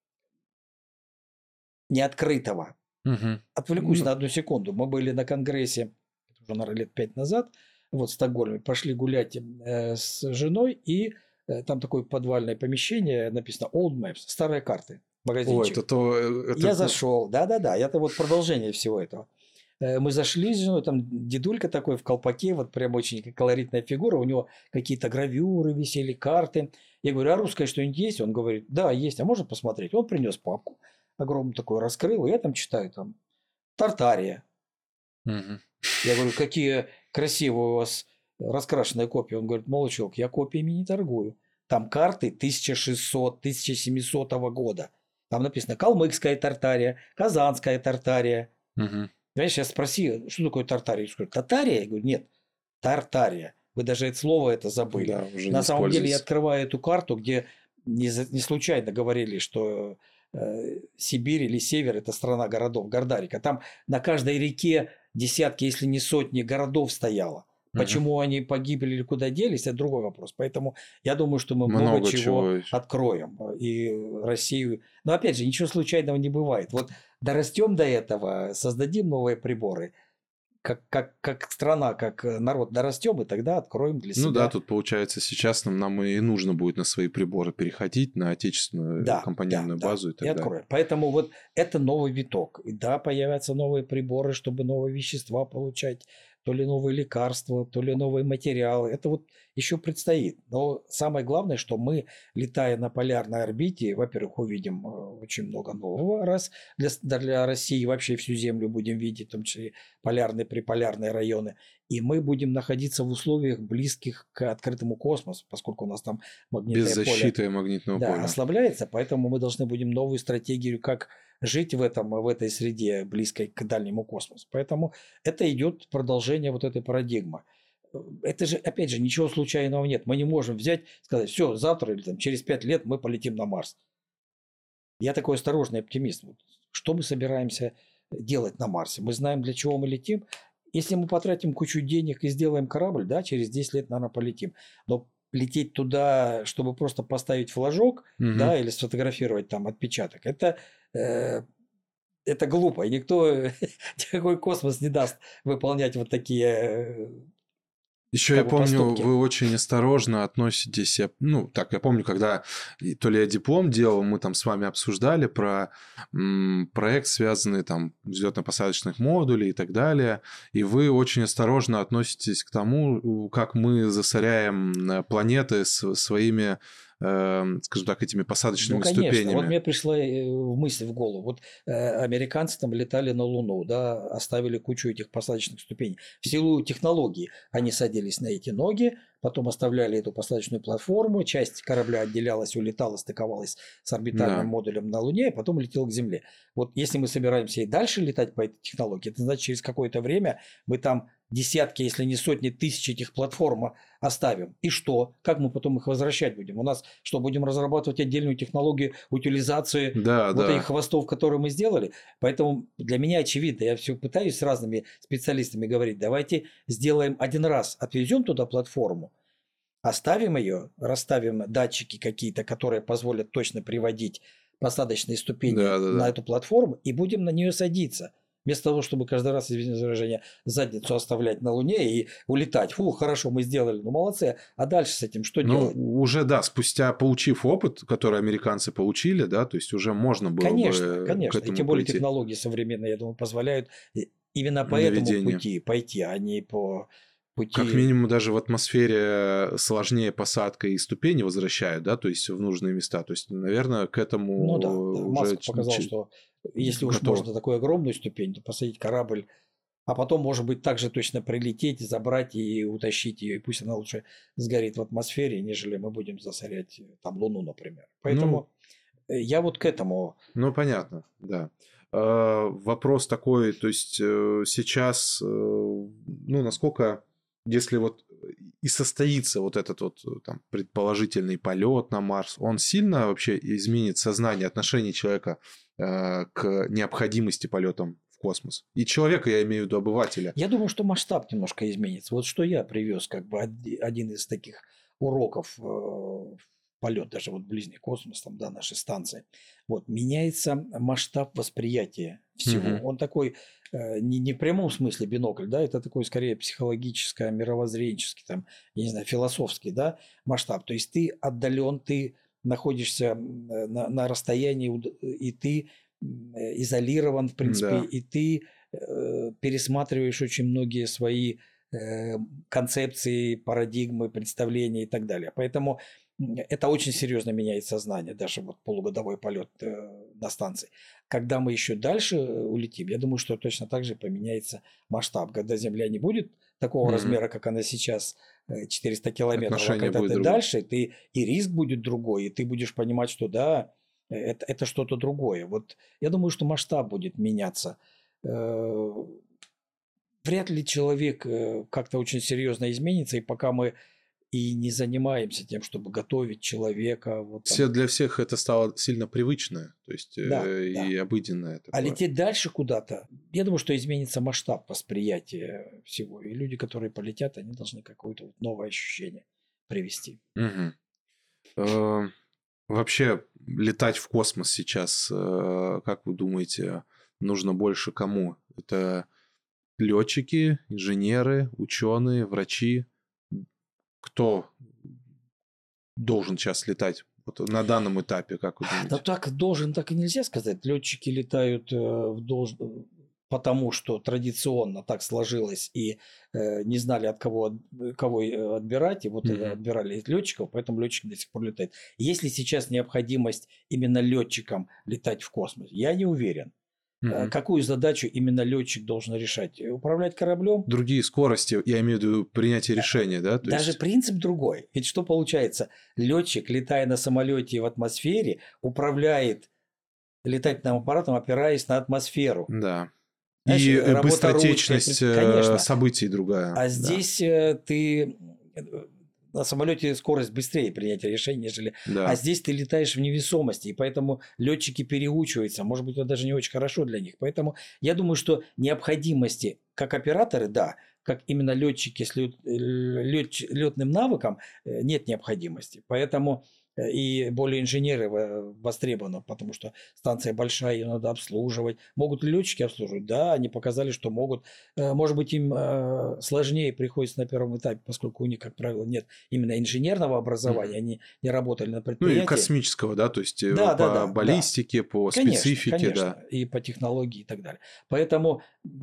неоткрытого. Мгм. Отвлекусь Ну, на одну секунду. Мы были на конгрессе уже, наверное, лет пять назад, вот в Стокгольме, пошли гулять э, с женой, и э, там такое подвальное помещение, написано Old Maps, старые карты, О, магазинчик. это то, э, это... Я зашел, да-да-да, это вот продолжение всего этого. Э, Мы зашли с женой, там дедулька такой в колпаке, вот прям очень колоритная фигура, у него какие-то гравюры висели, карты. Я говорю, а русское что-нибудь есть? Он говорит, да, есть, а можно посмотреть? Он принес папку, огромную такую раскрыл, и я там читаю, там, Тартария. Мгм. Я говорю, какие красивые у вас раскрашенные копии. Он говорит, молчок, я копиями не торгую. Там карты тысяча шестисотого, тысяча семисотого года. Там написано Калмыкская Тартария, Казанская Тартария. Мгм. Знаешь, я спросил, что такое Тартария? Я говорю, Татария? Я говорю, нет, Тартария. Вы даже это слово это забыли. Да, уже На не самом деле я используется. открываю эту карту, где не, за- не случайно говорили, что э, Сибирь или Север – это страна городов, Гордарика. Там на каждой реке десятки, если не сотни городов стояло. Мгм. Почему они погибли или куда делись, это другой вопрос. Поэтому я думаю, что мы много Много чего чего еще. откроем. И Россию. Но опять же, ничего случайного не бывает. Вот дорастем до этого, создадим новые приборы, как, как, как страна, как э, народ дорастем, и тогда откроем для Ну да, себя. тут получается сейчас нам, нам и нужно будет на свои приборы переходить, на отечественную Да, да, компонентную да, базу и и так далее. откроем. Поэтому вот это новый виток. И да, появятся новые приборы, чтобы новые вещества получать, то ли новые лекарства, то ли новые материалы. Это вот еще предстоит. Но самое главное, что мы, летая на полярной орбите, во-первых, увидим э, очень много нового, раз для, с- для России вообще всю Землю будем видеть, в том числе полярные, приполярные районы. И мы будем находиться в условиях близких к открытому космосу, поскольку у нас там Без магнитное поле защиты магнитного да, поля. ослабляется, поэтому мы должны будем новую стратегию, как жить в этом, в этой среде, близкой к дальнему космосу. Поэтому это идет продолжение вот этой парадигмы. Это же, опять же, ничего случайного нет. Мы не можем взять, сказать, все, завтра или там, через пять лет мы полетим на Марс. Я такой осторожный оптимист. Вот что мы собираемся делать на Марсе? Мы знаем, для чего мы летим. Если мы потратим кучу денег и сделаем корабль, да, через десять лет, наверное, полетим. Но лететь туда, чтобы просто поставить флажок, Мгм. да, или сфотографировать там отпечаток, это, э, это глупо. И никто, никакой космос не даст выполнять вот такие э, Еще я как бы помню, поступки. вы очень осторожно относитесь. Я, ну, так, я помню, когда и то ли я диплом делал, мы там с вами обсуждали про м, проект, связанный там взлетно-посадочных модулей и так далее. И вы очень осторожно относитесь к тому, у- как мы засоряем э, планеты с своими, э, скажем так, этими Ну, посадочными конечно. Вот ступенями. мне пришла э, мысль в голову. Вот э, американцы там летали на Луну, да, оставили кучу этих посадочных ступеней. В силу технологии они садились на эти ноги, потом оставляли эту посадочную платформу, часть корабля отделялась, улетала, стыковалась с орбитальным Да. модулем на Луне, а потом летела к Земле. Вот если мы собираемся и дальше летать по этой технологии, это значит, через какое-то время мы там десятки, если не сотни тысяч этих платформ оставим. И что? Как мы потом их возвращать будем? У нас что, будем разрабатывать отдельную технологию утилизации Да, вот этих да. хвостов, которые мы сделали? Поэтому для меня очевидно, я все пытаюсь с разными специалистами говорить, давайте сделаем один раз, отвезем туда платформу, оставим ее, расставим датчики какие-то, которые позволят точно приводить посадочные ступени Да, да, на да. эту платформу, и будем на нее садиться. Вместо того, чтобы каждый раз, извините за выражение, задницу оставлять на Луне и улетать. Фу, хорошо, мы сделали, ну молодцы. А дальше с этим что Ну, делать? уже, да, спустя получив опыт, который американцы получили, да, то есть уже можно было Конечно, бы к конечно. И этому тем более прийти. технологии современные, я думаю, позволяют и- именно по этому Наведение. пути пойти, а не по Как пути... минимум даже в атмосфере сложнее посадка и ступени возвращают, да, то есть в нужные места. То есть, наверное, к этому Ну да, да. уже Маск ч- показал, ч- что если уж готово. можно такую огромную ступень, то посадить корабль, а потом, может быть, также точно прилететь, забрать и утащить ее, и пусть она лучше сгорит в атмосфере, нежели мы будем засорять э, там Луну, например. Ну, Поэтому я вот к этому. Ну, понятно, да. Э, Вопрос такой, то есть э, сейчас, э, ну, насколько, если вот и состоится вот этот вот э, там предположительный полет на Марс, он сильно вообще изменит сознание, отношение человека э, к необходимости полетам в космос? И человека, я имею в виду обывателя. Я думаю, что масштаб немножко изменится. Вот что я привез, как бы оди- один из таких уроков э, в полет, даже вот ближний космос, там, да, нашей станции. Вот, меняется масштаб восприятия всего. Мгм. Он такой, э, не, не в прямом смысле бинокль, да, это такой скорее психологическое, мировоззренческий, там, я не знаю, философский, да, масштаб. То есть ты отдален, ты находишься м, э, на, на расстоянии, уд- и ты м, э, изолирован, в принципе, Да. и ты э, пересматриваешь очень многие свои э, концепции, парадигмы, представления и так далее. Поэтому м, это очень серьезно меняет сознание, даже вот полугодовой полет э, на станции. Когда мы еще дальше э, улетим, я думаю, что точно так же поменяется масштаб. Когда Земля не будет такого Мгм. размера, как она сейчас, э, четыреста километров, а Отношение когда будет ты другое. дальше, ты и риск будет другой, и ты будешь понимать, что да, э, это, это что-то другое. Вот я думаю, что масштаб будет меняться. Э, Вряд ли человек э, как-то очень серьезно изменится, и пока мы и не занимаемся тем, чтобы готовить человека, вот Все, там, для всех это стало сильно привычное, то есть да, э, да. и обыденное А такое. лететь дальше куда-то, я думаю, что изменится масштаб восприятия всего. И люди, которые полетят, они должны какое-то вот новое ощущение привести. Мгм. Э, Вообще летать в космос сейчас, э, как вы думаете, нужно больше кому? Это летчики, инженеры, ученые, врачи? Кто должен сейчас летать вот на данном этапе, как вы Да думаете? так должен, так и нельзя сказать. Летчики летают э, в долж... потому, что традиционно так сложилось и э, не знали, от кого, от- кого э, отбирать, и вот э, Мгм. отбирали летчиков, поэтому летчики до сих пор летают. Есть ли сейчас необходимость именно летчикам летать в космос? Я не уверен. Э, Мгм. Какую задачу именно летчик должен решать? Управлять кораблем? Другие скорости, я имею в виду принятие решения, да, то Даже есть... принцип другой. Ведь что получается? Летчик, летая на самолете в атмосфере, управляет летательным аппаратом, опираясь на атмосферу. Да. Знаешь, И э, э, работа ручкой, быстротечность пред- э, конечно. событий другая, А да. здесь э, ты э, на самолете скорость быстрее принятия решений, нежели... А Да. здесь ты летаешь в невесомости, и поэтому летчики переучиваются. Может быть, это даже не очень хорошо для них. Поэтому я думаю, что необходимости, как операторы, да, как именно летчики с лет, летным навыком э, нет необходимости. Поэтому э, и более инженеры во- востребованы, потому что станция большая, ее надо обслуживать. Могут ли летчики обслуживать? Да, они показали, что могут. Э, Может быть, им э, сложнее приходится на первом этапе, поскольку у них, как правило, нет именно инженерного образования, Мгм. они не работали на Ну и предприятии. космического, да, то есть э, Да, да, по да, да. баллистике, по Конечно, специфике, конечно, да. и по технологии и так далее. Поэтому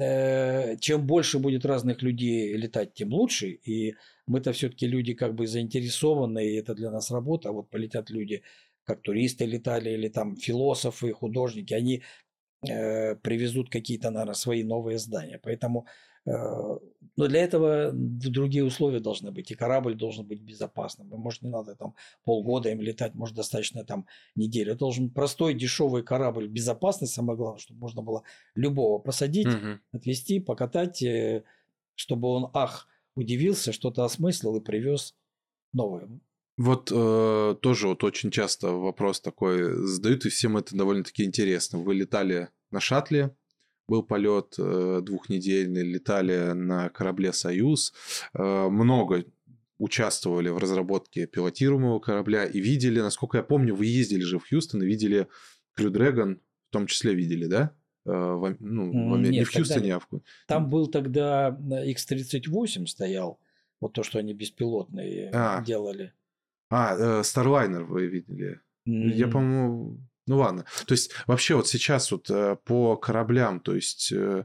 э, чем больше будет разных людей летать, тем лучше. И мы-то все-таки люди как бы заинтересованы, и это для нас работа. А вот полетят люди, как туристы летали, или там философы, художники, они э, привезут какие-то, наверное, свои новые здания. Поэтому, э, но для этого д- другие условия должны быть, и корабль должен быть безопасным. Может, не надо там полгода им летать, может, достаточно там недели. Это должен простой, дешевый корабль, безопасный, самое главное, чтобы можно было любого посадить, Мгм. отвезти, покатать, э, чтобы он, ах, удивился, что-то осмыслил и привез новое. Вот э, тоже вот очень часто вопрос такой задают, и всем это довольно-таки интересно. Вы летали на шаттле, был полет э, двухнедельный, летали на корабле «Союз», э, много участвовали в разработке пилотируемого корабля и видели, насколько я помню, вы ездили же в Хьюстон и видели Crew Dragon, в том числе видели, да? Э, в, Ам- ну, в М, Америке, не Нет, в тогда Хьюстоне, нет. а в... Там был тогда икс тридцать восемь стоял, вот то, что они беспилотные А, делали. А, э, Starliner вы видели. Я, М, по-моему... Ну ладно. То есть вообще вот сейчас вот э, по кораблям, то есть э,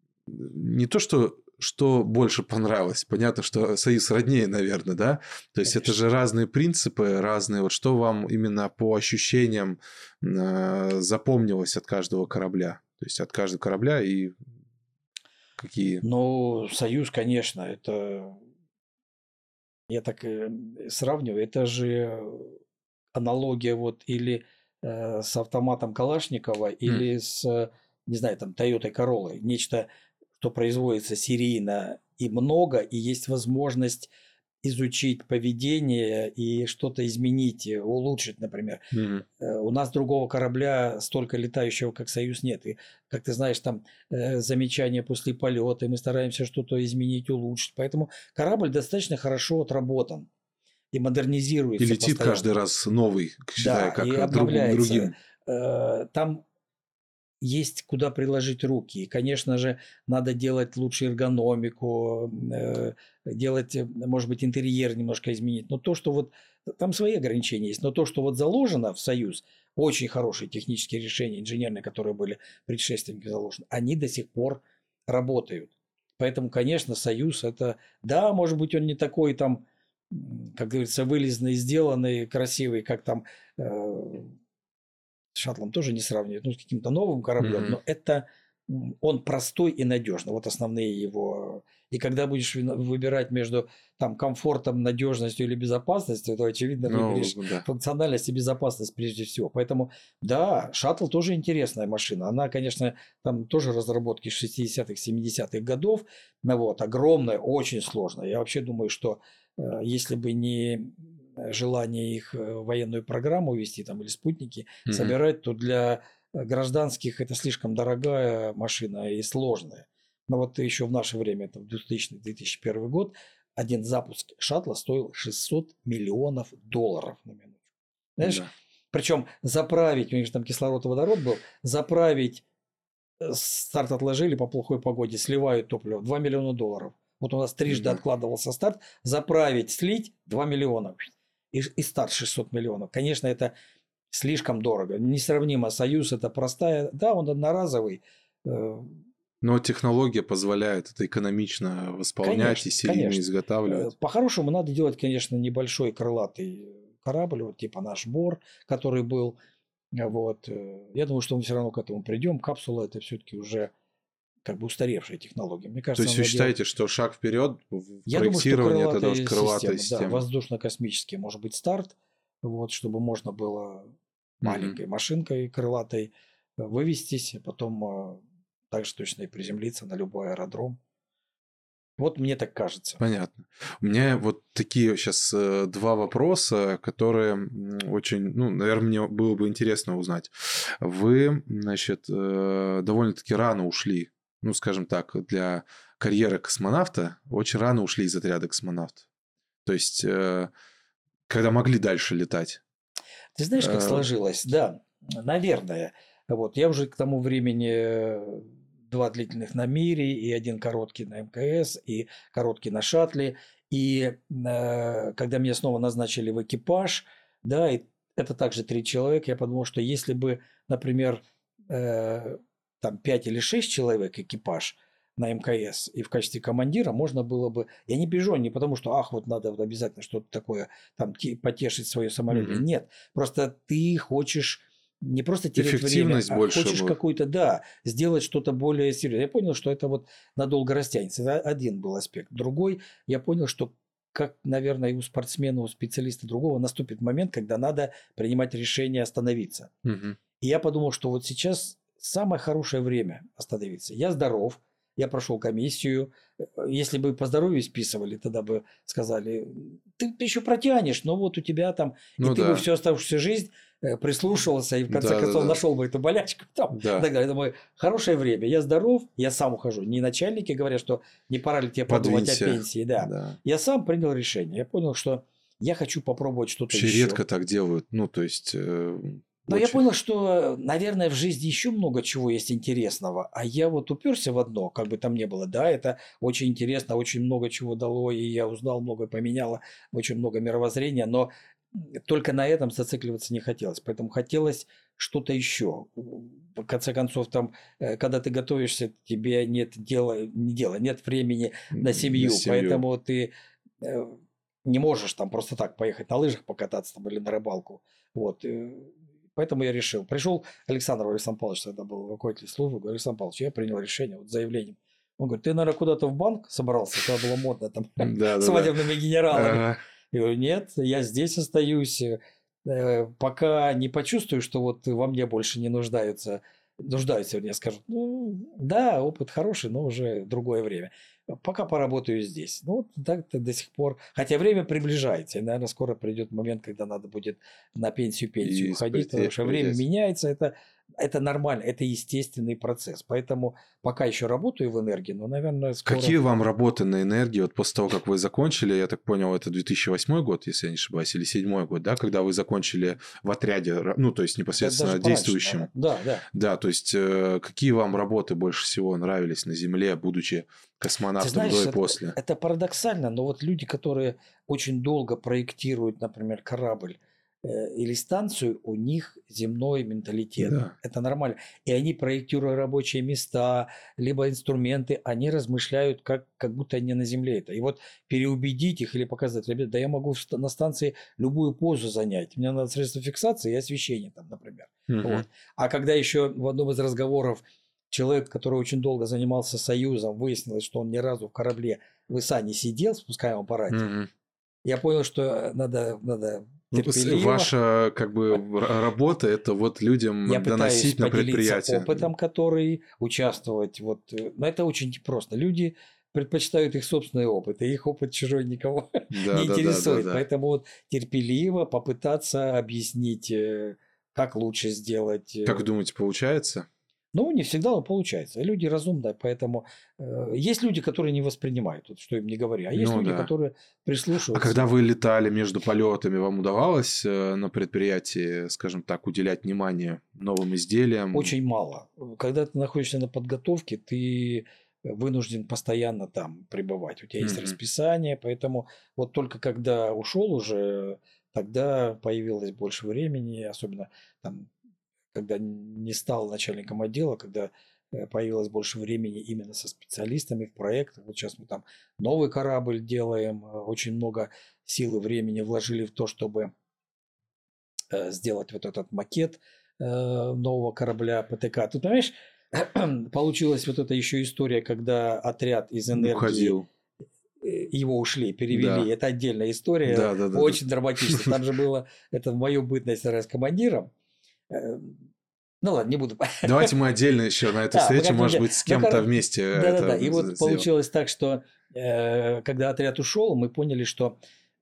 не то, что что больше понравилось. Понятно, что Союз роднее, наверное, да? То есть это Конечно. же разные принципы, разные. Вот что вам именно по ощущениям э, запомнилось от каждого корабля? То есть от каждого корабля и какие... Ну, Союз, конечно, это, я так э, сравниваю, это же аналогия вот или э, с автоматом Калашникова или mm. с, не знаю, там, Toyota Corolla. Нечто, что производится серийно и много, и есть возможность изучить поведение и что-то изменить, улучшить, например. Mm-hmm. У нас другого корабля столько летающего, как «Союз», нет. И, как ты знаешь, там э, замечания после полета, и мы стараемся что-то изменить, улучшить. Поэтому корабль достаточно хорошо отработан и модернизируется. И летит постоянно. каждый раз новый, считая, да, как и друг, другим. Э, там есть куда приложить руки. И, конечно же, надо делать лучше эргономику, э, делать, может быть, интерьер немножко изменить. Но то, что вот там свои ограничения есть, но то, что вот заложено в «Союз», очень хорошие технические решения, инженерные, которые были предшественники заложены, они до сих пор работают. Поэтому, конечно, «Союз» это, да, может быть, он не такой там, как говорится, вылезанный, сделанный, красивый, как там э, с шаттлом тоже не сравнивать, ну, с каким-то новым кораблем, mm-hmm. но это он простой и надежный. Вот основные его. И когда будешь выбирать между там комфортом, надежностью или безопасностью, то очевидно no, выберешь да. функциональность и безопасность прежде всего. Поэтому да, шаттл тоже интересная машина. Она, конечно, там тоже разработки шестидесятых, семидесятых годов. Ну, вот, огромная, очень сложная. Я вообще думаю, что э, если бы не желание их военную программу вести там или спутники mm-hmm. собирать, то для гражданских это слишком дорогая машина и сложная. Но вот еще в наше время, это двухтысячный — две тысячи первый год, один запуск шаттла стоил шестьсот миллионов долларов на минуту. Знаешь, да. Причем заправить, у них же там кислород и водород был, заправить, старт отложили по плохой погоде, сливают топливо, два миллиона долларов. Вот у нас трижды mm-hmm. откладывался старт, заправить, слить два миллиона. И, и старт шестьсот миллионов. Конечно, это слишком дорого. Несравнимо. «Союз» это простая. Да, он одноразовый. Но технология позволяет это экономично восполнять конечно, и серийно конечно. изготавливать. По-хорошему надо делать, конечно, небольшой крылатый корабль, вот типа наш Бор, который был. Вот. Я думаю, что мы все равно к этому придем. Капсула это все-таки уже как бы устаревшая технология. Мне кажется, то есть вы считаете, делает... что шаг вперед в Я проектировании думаю, это уже крылатая система? Да, воздушно-космический может быть старт, вот, чтобы можно было маленькой mm-hmm. машинкой крылатой вывестись, а потом также точно и приземлиться на любой аэродром. Вот мне так кажется. Понятно. У меня вот такие сейчас э, два вопроса, которые очень, ну, наверное, мне было бы интересно узнать. Вы, значит, э, довольно-таки рано ушли, ну, скажем так, для карьеры космонавта, очень рано ушли из отряда космонавтов. То есть, э, когда могли дальше летать. Ты знаешь, как сложилось? Да, наверное. Вот, я уже к тому времени два длительных на Мире, и один короткий на эм ка эс, и короткий на шаттле. И э, когда меня снова назначили в экипаж, да, и это также три человека, я подумал, что если бы, например, э, там пять или шесть человек экипаж на эм ка эс, и в качестве командира можно было бы... Я не бежу не потому, что, ах, вот надо вот обязательно что-то такое, там, потешить свое самолюбие. Mm-hmm. Нет, просто ты хочешь... Не просто терять время, а хочешь будет. какую-то, да, сделать что-то более серьезное. Я понял, что это вот надолго растянется. Это один был аспект. Другой, я понял, что, как, наверное, и у спортсмена, у специалиста другого, наступит момент, когда надо принимать решение остановиться. Угу. И я подумал, что вот сейчас самое хорошее время остановиться. Я здоров, я прошел комиссию. Если бы по здоровью списывали, тогда бы сказали, ты, ты еще протянешь, но вот у тебя там... Ну, и ты да. бы всю оставшуюся жизнь прислушивался и в конце да, концов да, да. нашел бы эту болячку. Там, да. так далее. Я думаю, хорошее время, я здоров, я сам ухожу. Не начальники говорят, что не пора ли тебе подумать о пенсии. Да. Да. Я сам принял решение. Я понял, что я хочу попробовать что-то Вообще еще. редко так делают. Ну, то есть... Э, Но очень... я понял, что, наверное, в жизни еще много чего есть интересного. А я вот уперся в одно, как бы там ни было. Да, это очень интересно, очень много чего дало, и я узнал, многое поменяло, очень много мировоззрения, но только на этом зацикливаться не хотелось. Поэтому хотелось что-то еще. В конце концов, там, когда ты готовишься, тебе нет дела, не дела, нет времени на семью. На семью. Поэтому ты не можешь там просто так поехать на лыжах покататься там, или на рыбалку. Вот. Поэтому я решил. Пришел Александр Александр Павлович, тогда был руководитель службы, говорю, Александр Павлович, я принял решение вот заявлением. Он говорит, ты, наверное, куда-то в банк собрался? Тогда было модно там с свадебными генералами. Я говорю, нет, я здесь остаюсь. э, пока не почувствую, что вот во мне больше не нуждаются, нуждаются, вернее, скажут, ну, да, опыт хороший, но уже другое время. Пока поработаю здесь. Ну, вот так-то до сих пор. Хотя время приближается. И, наверное, скоро придет момент, когда надо будет на пенсию пенсию И с уходить, потому что время предприятия. меняется. Это, это нормально, это естественный процесс. Поэтому пока еще работаю в энергии, но, наверное, скоро... Какие вам работы на энергии, вот после того, как вы закончили, я так понял, это две тысячи восьмой год, если я не ошибаюсь, или седьмой год, да, когда вы закончили в отряде, ну, то есть Да, непосредственно даже пораньше, действующим. наверное. Да, да. Да, то есть э, какие вам работы больше всего нравились на Земле, будучи Ты космонавтом знаешь, до и это, после? это парадоксально, но вот люди, которые очень долго проектируют, например, корабль э, или станцию, у них земной менталитет. Да. Это нормально. И они, проектируя рабочие места, либо инструменты, они размышляют, как, как будто они на Земле это. И вот переубедить их или показать, ребят, да я могу в ста- на станции любую позу занять. Мне надо средство фиксации и освещение там, например. Мгм. Вот. А когда еще в одном из разговоров человек, который очень долго занимался союзом, выяснилось, что он ни разу в корабле в ИСА не сидел в спускаемом аппарате, Мгм. я понял, что надо, надо Ну, с- терпеливо. Ваша как бы р- работа это вот людям Я пытаюсь доносить на поделиться предприятие. опытом, который участвовать. Вот, э, но это очень просто. Люди предпочитают их собственный опыт, и их опыт чужой никого Да, не да, да, да, интересует. да. Поэтому вот терпеливо попытаться объяснить, э, как лучше сделать. Как э, думаете, получается? Ну, не всегда получается. Люди разумные, поэтому э, есть люди, которые не воспринимают, вот, что им не говори, а есть Ну люди, да. которые А прислушиваются. когда вы летали между полетами, вам удавалось э, на предприятии, скажем так, уделять внимание новым изделиям? Очень мало. Когда ты находишься на подготовке, ты вынужден постоянно там пребывать. У тебя есть Мгм. расписание, поэтому вот только когда ушел уже, тогда появилось больше времени, особенно там, когда не стал начальником отдела, когда э, появилось больше времени именно со специалистами в проектах. Вот сейчас мы там новый корабль делаем, э, очень много сил и времени вложили в то, чтобы э, сделать вот этот макет э, нового корабля ПТК. Тут, понимаешь, получилась вот эта еще история, когда отряд из энергии Уходил. э, его ушли, перевели. Да. Это отдельная история, Да, да, да, да. очень драматичная. Там же было, это в мою бытность раз командиром. Э, Ну ладно, не буду. Давайте мы отдельно еще на этой Да, мы встрече, как-нибудь... может быть, с Ну, кем-то кор- вместе Да-да-да. это И вот сделаем. получилось так, что э, когда отряд ушел, мы поняли, что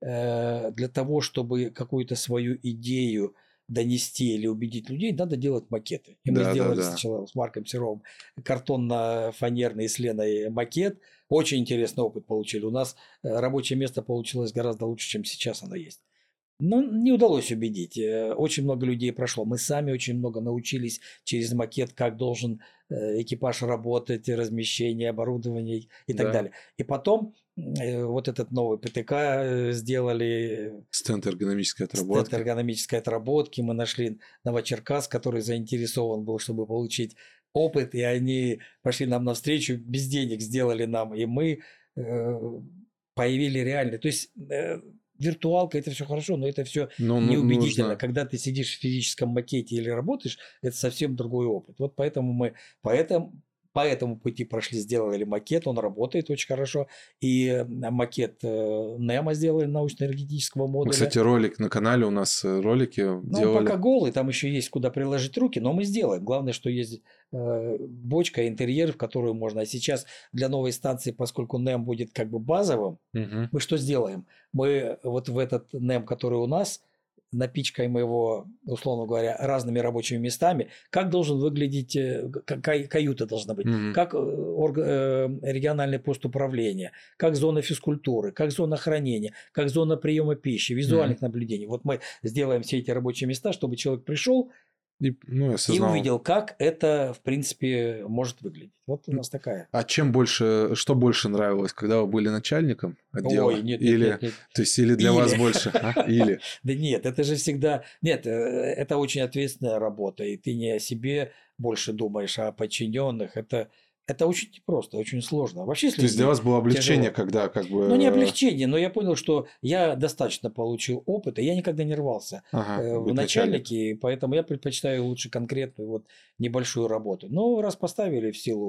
э, для того, чтобы какую-то свою идею донести или убедить людей, надо делать макеты. И мы Да, да, сделали да. сначала с Марком Серовым картонно-фанерный с Леной макет. Очень интересный опыт получили. У нас э, рабочее место получилось гораздо лучше, чем сейчас оно есть. Но не удалось убедить. Э, Очень много людей прошло. Мы сами очень много научились через макет, как должен э, экипаж работать, размещение, оборудование и так Да. далее. И потом э, вот этот новый ПТК э, сделали, Стенд эргономической стенд отработки. эргономической отработки. Мы нашли Новочеркасск, который заинтересован был, чтобы получить опыт, и они пошли нам навстречу, без денег сделали нам, и мы э, появили реально. То есть э, виртуалка это все хорошо, но это все Ну, ну, неубедительно. нужно. Когда ты сидишь в физическом макете или работаешь, это совсем другой опыт. Вот поэтому мы поэтому, по этому пути прошли, сделали макет, он работает очень хорошо. И э, макет э, NEMO сделали, научно-энергетического Мы, модуля. кстати, ролик на канале у нас э, ролики Ну, он делали. пока голый, там еще есть куда приложить руки, но мы сделаем. Главное, что есть э, бочка, интерьер, в которую можно. А сейчас для новой станции, поскольку NEM будет как бы базовым, Мгм. мы что сделаем? Мы вот в этот NEM, который у нас, напичкаем его, условно говоря, разными рабочими местами. Как должен выглядеть, э, какая каюта должна быть, Мгм. как э, орг- э, региональный пост управления, как зона физкультуры, как зона хранения, как зона приема пищи, визуальных наблюдений. Вот мы сделаем все эти рабочие места, чтобы человек пришел И, ну, я и осознал. увидел, как это, в принципе, может выглядеть. Вот у М, нас такая. А чем больше, что больше нравилось, когда вы были начальником отдела? Ой, нет, нет, Или, нет, нет. то есть, или для вас Или. больше? А? Или. Да нет, это же всегда... Нет, э, это очень ответственная работа, и ты не о себе больше думаешь, а о подчиненных. Это, это очень непросто, очень сложно. Вообще с То есть для людьми вас было облегчение, тяжело. когда как бы... Ну, не э, облегчение, но я понял, что я достаточно получил опыта, я никогда не рвался Ага, э, в быть начальником. начальнике, и поэтому я предпочитаю лучше конкретную вот небольшую работу. Но раз поставили в силу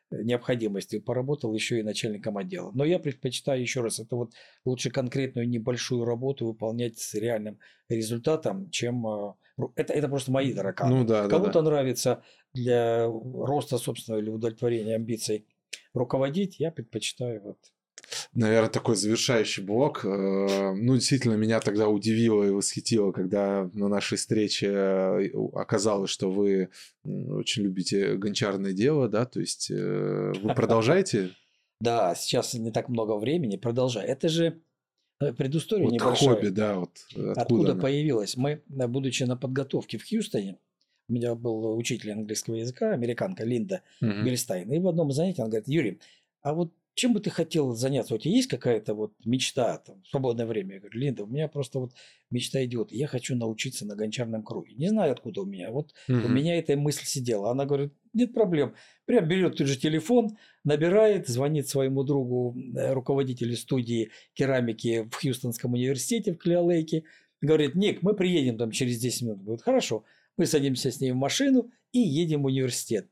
необходимости поработал еще и начальником отдела. Но я предпочитаю еще раз, это вот лучше конкретную небольшую работу выполнять с реальным результатом, чем э, это, это просто мои тараканы. Ну да, да, Кому-то да. нравится для роста собственного или удовлетворения амбиций руководить, я предпочитаю вот. Наверное, такой завершающий блок. Э, Ну, действительно, меня тогда удивило и восхитило, когда на нашей встрече э, оказалось, что вы м, очень любите гончарное дело, да, то есть э, вы продолжаете? Да, сейчас не так много времени, продолжай. Это же э, предыстория Вот небольшая. хобби, да, вот откуда Откуда оно? появилась? Мы, э, будучи на подготовке в Хьюстоне, у меня был учитель английского языка, американка Линда Мгм. Бельстайн, и в одном занятии она говорит: Юрий, а вот чем бы ты хотел заняться? У тебя есть какая-то вот мечта, там, в свободное время? Я говорю: Линда, у меня просто вот мечта идет. Я хочу научиться на гончарном круге. Не знаю, откуда у меня. Вот у Мгм. меня эта мысль сидела. Она говорит: нет проблем. Прям берет тут же телефон, набирает, звонит своему другу, э, руководителю студии керамики в Хьюстонском университете в Клиолейке. Говорит: Ник, мы приедем там через десять минут. Говорит: хорошо. Мы садимся с ней в машину и едем в университет.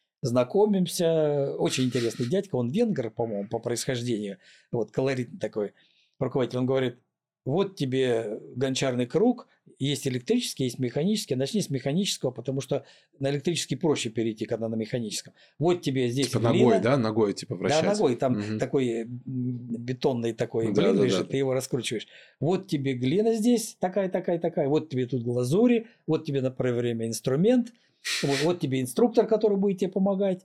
Знакомимся. Очень интересный дядька. Он венгер, по-моему, по происхождению. Вот, колоритный такой руководитель. Он говорит: вот тебе гончарный круг. Есть электрический, есть механический. Начни с механического, потому что на электрический проще перейти, когда на механическом. Вот тебе здесь Типа глина. ногой, да, ногой типа Да, вращать. ногой. Там Мгм. такой м, бетонный такой Да, блин да, да, лежит, да. ты его раскручиваешь. Вот тебе глина здесь, такая, такая, такая. Вот тебе тут глазури, вот тебе на первое время инструмент, вот, вот тебе инструктор, который будет тебе помогать.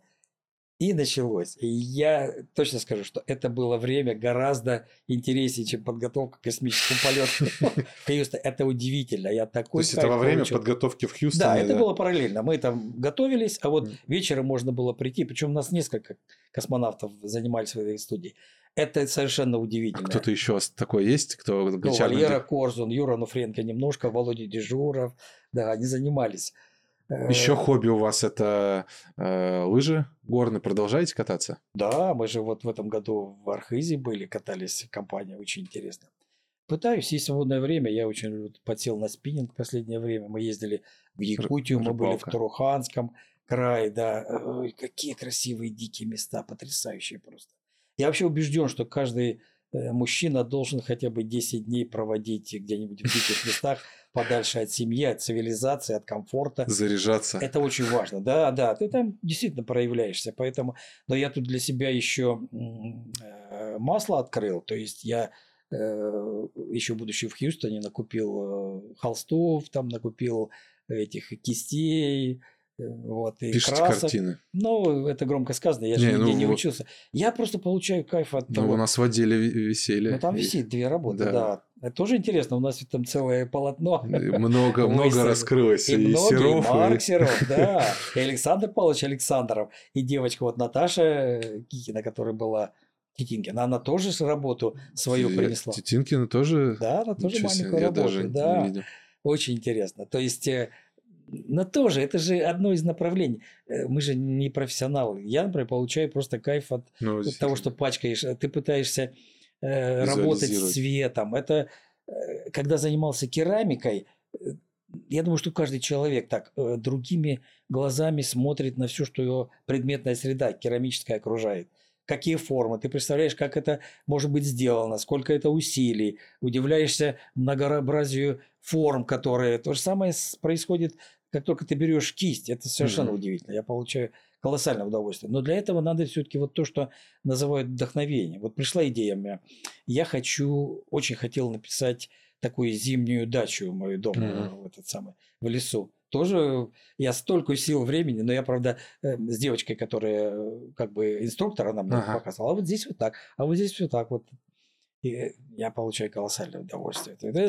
И началось. И я точно скажу, что это было время гораздо интереснее, чем подготовка к космическому полету. Конечно, это удивительно. Я То такой есть это во кайф время получил. подготовки в Да, Хьюстоне, это да? было параллельно. Мы там готовились, а вот М. вечером можно было прийти. Причем у нас несколько космонавтов занимались в этой студии. Это совершенно А удивительно. кто-то еще такой есть, кто Ну, гончарное Валера дело? Корзун, Юра Нуфренко немножко, Володя Дежуров. Да, они занимались. Еще Э, хобби у вас это э, лыжи горные. Продолжаете кататься? Да, мы же вот в этом году в Архизе были, катались, компания, очень интересно. Пытаюсь, есть свободное время, я очень вот подсел на спиннинг в последнее время. Мы ездили в Р- Якутию, мы были в рыбалка. Туруханском крае, да. Ой, какие красивые дикие места, потрясающие просто. Я вообще убежден, что каждый э, мужчина должен хотя бы десять дней проводить где-нибудь в диких местах, подальше от семьи, от цивилизации, от комфорта. Заряжаться. Это очень важно. Да, да, ты там действительно проявляешься. Поэтому, но я тут для себя еще м, э, масло открыл. То есть я э, еще будучи в Хьюстоне накупил э, холстов, там накупил этих кистей, э, вот, и Пишите красок. картины. Ну, это громко сказано, я же Не, нигде ну, не в- учился. Я просто получаю кайф от ну, у того. нас в отделе ви- Ну, висели. там И- висит две работы, да. да. Это тоже интересно. У нас ведь там целое полотно И Много, много выставили. раскрылось. И И многие, и Серов, Марк и... Серов, да, и Александр Павлович Александров, и девочка вот Наташа э, Кикина, которая была Китинкина, она тоже с работу свою Т- принесла. Тетинкина тоже? Да, она тоже Ничего себе, маленькую я даже работу, не да, видел. очень интересно. То есть, э, но тоже, это же одно из направлений. Э, Мы же не профессионалы. Я, например, получаю просто кайф от Ну, от того, действительно. что пачкаешь. э, Ты пытаешься э, работать с Визуализировать. цветом. Это, э, когда занимался керамикой, э, я думаю, что каждый человек так э, другими глазами смотрит на все, что его предметная среда керамическая окружает. Какие формы, ты представляешь, как это может быть сделано, сколько это усилий, удивляешься многообразию форм, которые... То же самое с- происходит, как только ты берешь кисть, это совершенно Мгм. удивительно, я получаю колоссальное удовольствие. Но для этого надо все-таки вот то, что называют вдохновением. Вот пришла идея у меня, я хочу, очень хотел написать такую зимнюю дачу мою дома, Мгм. в этот самый, в лесу. Тоже я столько сил времени, но я, правда, э, с девочкой, которая э, как бы инструктор, она мне Ага. показала, а вот здесь вот так, а вот здесь вот так вот. И я получаю колоссальное удовольствие. Это,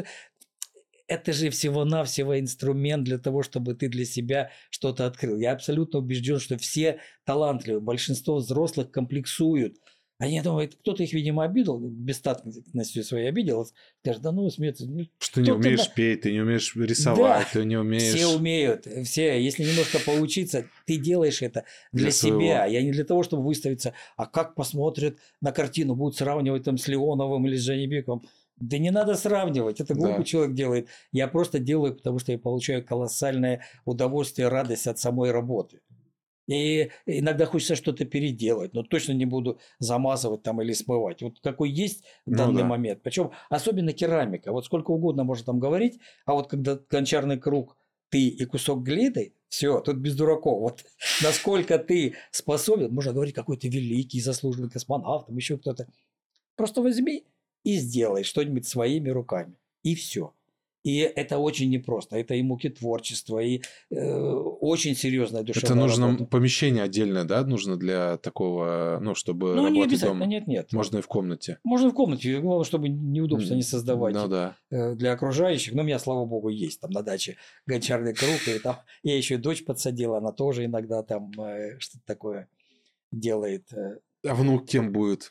это же всего-навсего инструмент для того, чтобы ты для себя что-то открыл. Я абсолютно убежден, что все талантливые, большинство взрослых комплексуют. Они думают, кто-то их, видимо, обидел, бестактностью своей обидел, скажет, да ну, смеется, ну, Что ты не кто-то умеешь на- петь, ты не умеешь Да, рисовать, ты не все умеешь умеют, все. Если немножко поучиться, ты делаешь это для для своего. себя. Я не для того, чтобы выставиться, а как посмотрят на картину, будут сравнивать там с Леоновым или с Жанибековым. Да не надо сравнивать, это глупый Да. человек делает. Я просто делаю, потому что я получаю колоссальное удовольствие, радость от самой работы. И иногда хочется что-то переделать, но точно не буду замазывать там или смывать. Вот какой есть в Ну данный да. момент. Причем особенно керамика. Вот сколько угодно можно там говорить, а вот когда гончарный круг, ты и кусок глины, все, тут без дураков. Вот насколько ты способен, можно говорить, какой ты великий, заслуженный космонавт, там еще кто-то. Просто возьми и сделай что-нибудь своими руками. И все. И это очень непросто. Это и муки творчества, и э, очень серьезная душевная Это нужно работа. помещение отдельное, да, нужно для такого, ну, чтобы Ну, не работать обязательно, дома? нет-нет. Можно и в комнате. Можно в комнате, главное, чтобы неудобства не М, создавать Ну да. э, для окружающих. Но у меня, слава богу, есть там на даче гончарный круг. И там я еще и дочь подсадила, она тоже иногда там э, что-то такое делает. э. А внук кем будет?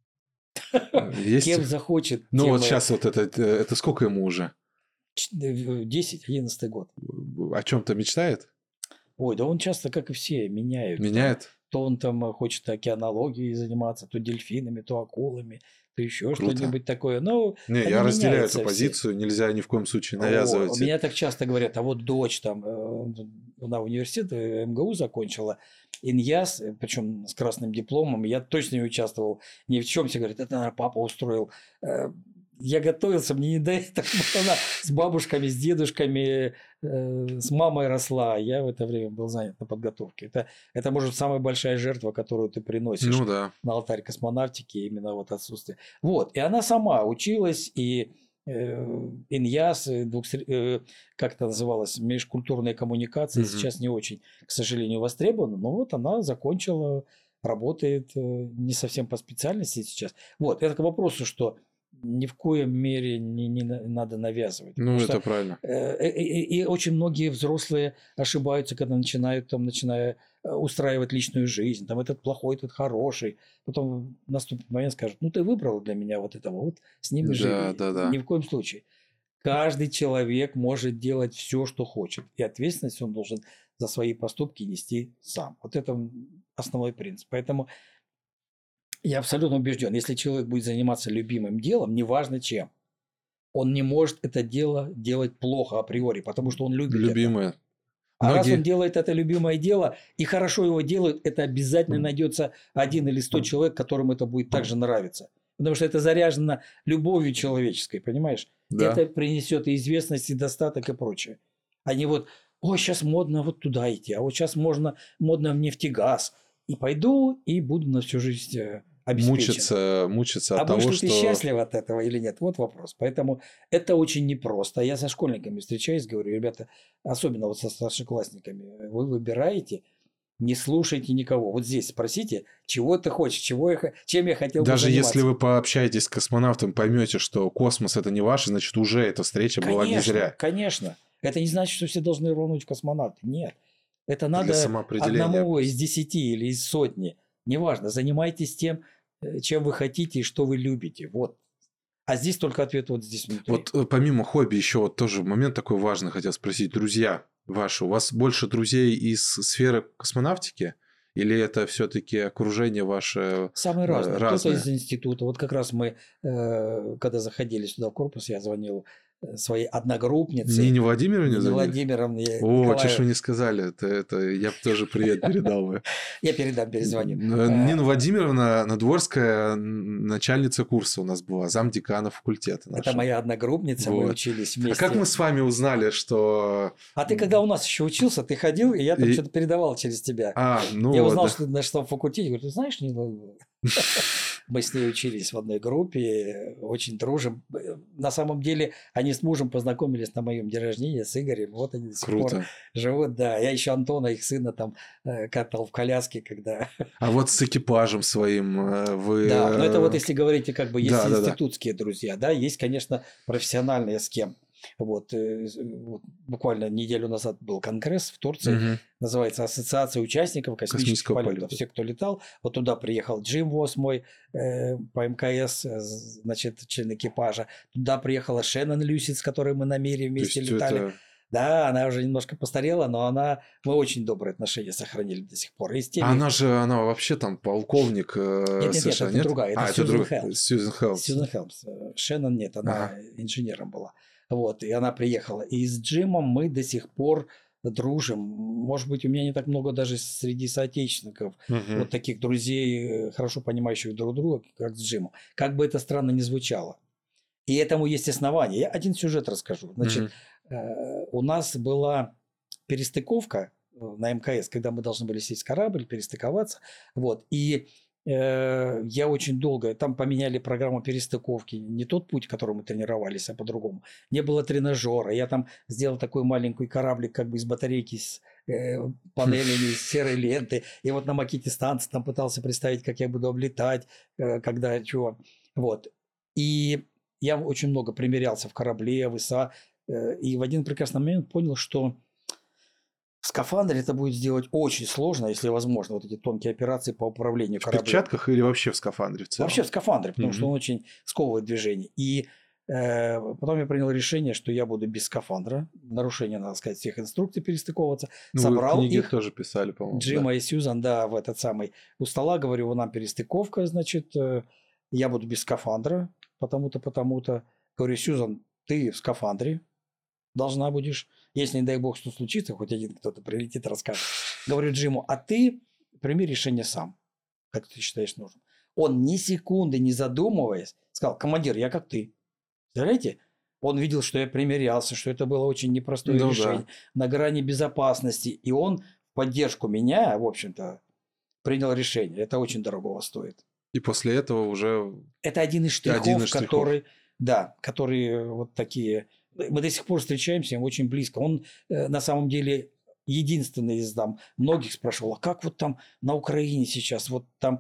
Э, Есть? Кем захочет, Ну тем вот и- сейчас вот это, это, это сколько ему уже? Ч- э, десять одиннадцатый год. О чем-то мечтает? Ой, да он часто, как и все, меняют. Там, Меняет? то он там э, хочет океанологией заниматься, то дельфинами, то акулами, то еще Круто. что-нибудь такое. Ну, Не, они я разделяю меняются эту все. позицию, нельзя ни в коем случае О, навязывать. у меня так часто говорят, а вот дочь там, э, она университет э, эм гэ у закончила, иньяс, причем с красным дипломом, я точно не участвовал ни в чем. Все говорят, это, наверное, папа устроил. Э, Я готовился, мне не до этого. Вот она с бабушками, с дедушками, э, с мамой росла, а я в это время был занят на подготовке. Это, это может, самая большая жертва, которую ты приносишь Ну да. на алтарь космонавтики, именно вот отсутствие. Вот, и она сама училась, и э, иньяс, э, двухсре- э, как это называлось, межкультурные коммуникации, Мгм. сейчас не очень, к сожалению, востребованы, но вот она закончила, работает э, не совсем по специальности сейчас. Вот, это к вопросу, что ни в коем мере не, не на- надо навязывать. Ну, Потому это что правильно. Э, И, и- и очень многие взрослые ошибаются, когда начинают там, начиная э, устраивать личную жизнь. Там этот плохой, этот хороший. Потом наступит момент, скажут, ну ты выбрал для меня вот этого, вот с ним и Да, живи. да, да. Ни в коем случае. Каждый человек может делать все, что хочет. И ответственность он должен за свои поступки нести сам. Вот это основной принцип. Поэтому я абсолютно убежден, если человек будет заниматься любимым делом, неважно чем, он не может это дело делать плохо априори, потому что он любит это. Любимое. А раз он Многие... делает это любимое дело и хорошо его делает, это обязательно найдется один или сто человек, которым это будет также нравиться. Потому что это заряжено любовью человеческой, понимаешь? Да. Это принесет и известность, и достаток, и прочее. А не вот, ой, сейчас модно вот туда идти, а вот сейчас можно, модно в нефтегаз. И пойду, и буду на всю жизнь э, обеспечен. Мучиться, мучиться А от будешь того, ли ты что... счастлив от этого или нет? Вот вопрос. Поэтому это очень непросто. Я со школьниками встречаюсь, говорю, ребята, особенно вот со старшеклассниками, вы выбираете, не слушайте никого. Вот здесь спросите, чего ты хочешь, чего я, х- чем я хотел бы Даже заниматься. если вы пообщаетесь с космонавтом, поймете, что космос это не ваше, значит, уже эта встреча была не Конечно, зря. конечно. Это не значит, что все должны рвануть в космонавты. Нет. Это Для надо самоопределения. одному из десяти или из сотни. Неважно, занимайтесь тем, э, чем вы хотите и что вы любите. Вот. А здесь только ответ вот здесь внутри. Вот э, помимо хобби еще вот тоже момент такой важный хотел спросить. Друзья ваши, у вас больше друзей из сферы космонавтики? Или это все-таки окружение ваше Самые э, разные. Кто-то разное? из института. Вот как раз мы, э, когда заходили сюда в корпус, я звонил э, своей одногруппнице. Нине Владимировне Нине звонили? Владимировне О, Николаевой. что ж вы не сказали? Это, это я бы тоже привет передал бы. Я передам, перезвоню. Э, Нина Владимировна Надворская, н- начальница курса у нас была, замдекана факультета Это нашего. моя одногруппница, мы Вот. учились А вместе. как мы с вами узнали, что... А ты когда у нас еще учился, ты ходил, и я там И- что-то передавал через тебя. А, ну я вот, узнал, да. что ты на что факультете. Говорю, ты знаешь, Нина Владимировна?» Мы с ней учились в одной группе, очень дружим. На самом деле, они с мужем познакомились на моем день рождения с Игорем. Вот они до сих пор Круто. живут. Да, я еще Антона, их сына, там э, катал в коляске, когда... А вот с экипажем своим э, вы... Да, но это вот э, если говорите, как бы есть Да, да, да. институтские друзья, да, есть, конечно, профессиональные с кем. Вот, э, вот буквально неделю назад был конгресс в Турции, Мгм. называется Ассоциация участников космических Космического полетов. полета. Все, кто летал, вот туда приехал Джим Восс мой э, по эм ка эс, э, значит, член экипажа. Туда приехала Шеннон Люсид, с которой мы на мире То вместе есть летали. это... Да, она уже немножко постарела, но она мы очень добрые отношения сохранили до сих пор. И с теми... А она же, она вообще там полковник э, Нет, нет, нет, США, это другая, это а, это Сьюзен друг... Хелмс. Сьюзен Хелмс. Сьюзен Хелмс. Э, Шеннон нет, она Ага. инженером была. Вот, и она приехала. И с Джимом мы до сих пор дружим. Может быть, у меня не так много даже среди соотечественников Мгм. вот таких друзей, э, хорошо понимающих друг друга, как с Джимом. Как бы это странно ни звучало. И этому есть основания. Я один сюжет расскажу. Значит, Мгм. э, у нас была перестыковка э, на МКС, когда мы должны были сесть в корабль, перестыковаться. Вот. И э, я очень долго... Там поменяли программу перестыковки. Не тот путь, которым мы тренировались, а по-другому. Не было тренажера. Я там сделал такой маленький кораблик как бы из батарейки с э, панелями, из серой ленты. И вот на макете станции там пытался представить, как я буду облетать, э, когда чего. Вот. И я очень много примерялся в корабле, в ИСА. э, И в один прекрасный момент понял, что в скафандре это будет сделать очень сложно, если возможно, вот эти тонкие операции по управлению В кораблем. перчатках или вообще в скафандре в целом? Вообще в скафандре, потому что Мгм. он очень сковывает движение. И э, потом я принял решение, что я буду без скафандра. Нарушение, надо сказать, всех инструкций перестыковываться. Ну, вы в Собрал книге их. тоже писали, по-моему, да. Джима и Сьюзан, да, в этот самый у стола, говорю, нам перестыковка, значит, э, я буду без скафандра, потому-то, потому-то. Говорю, Сьюзан, ты в скафандре должна будешь. Если, не дай бог, что случится, хоть один кто-то прилетит, расскажет. Говорю Джиму, а ты прими решение сам, как ты считаешь нужным. Он ни секунды не задумываясь сказал, командир, я как ты. Представляете? Он видел, что я примерялся, что это было очень непростое Ну решение, да. на грани безопасности. И он в поддержку меня, в общем-то, принял решение. Это очень дорогого стоит. И после этого уже Это один из штрихов, один из штрихов. который, да, которые вот такие. Мы до сих пор встречаемся им очень близко. Он э, на самом деле единственный из там многих спрашивал, а как вот там на Украине сейчас, вот там.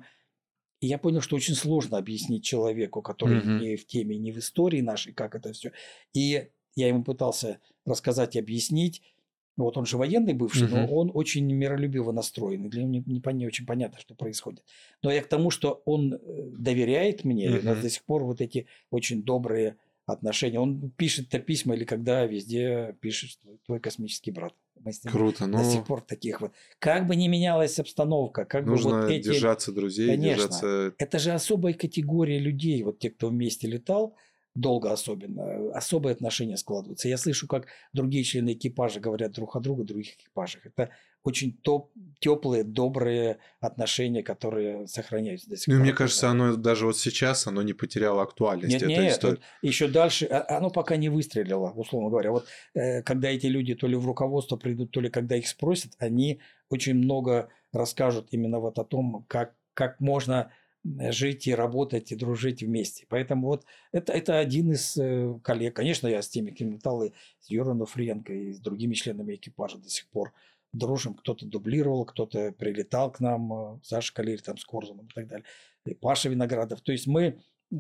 И я понял, что очень сложно объяснить человеку, который Мгм. не в теме, не в истории нашей, как это все. И я ему пытался рассказать и объяснить. Вот он же военный бывший, но Мгм. он очень миролюбиво настроен. И для него не, не, пон- не очень понятно, что происходит. Но я к тому, что он э, доверяет мне, и у нас Мгм. до сих пор вот эти очень добрые отношения. Он пишет-то письма или когда везде пишет, что твой космический брат. Мы с ним Круто. до сих Ну, пор таких вот. Как бы ни менялась обстановка, как бы вот нужно эти... держаться друзей, Конечно. держаться... Это же особая категория людей, вот те, кто вместе летал, долго особенно, особые отношения складываются. Я слышу, как другие члены экипажа говорят друг о друге, других экипажах. Это очень топ, теплые, добрые отношения, которые сохраняются до сих Ну, и пор. мне кажется, оно даже вот сейчас, оно не потеряло актуальность. Нет, эта нет, история. еще дальше, а- оно пока не выстрелило, условно говоря. Вот э, когда эти люди то ли в руководство придут, то ли когда их спросят, они очень много расскажут именно вот о том, как, как можно э, жить и работать, и дружить вместе. Поэтому вот это, это один из э, коллег. Конечно, я с теми, кем летал, и с Юраном Френко, и с другими членами экипажа до сих пор дружим. Кто-то дублировал, кто-то прилетал к нам, э, Саша Калирь там с Корзуном и так далее, и Паша Виноградов. То есть мы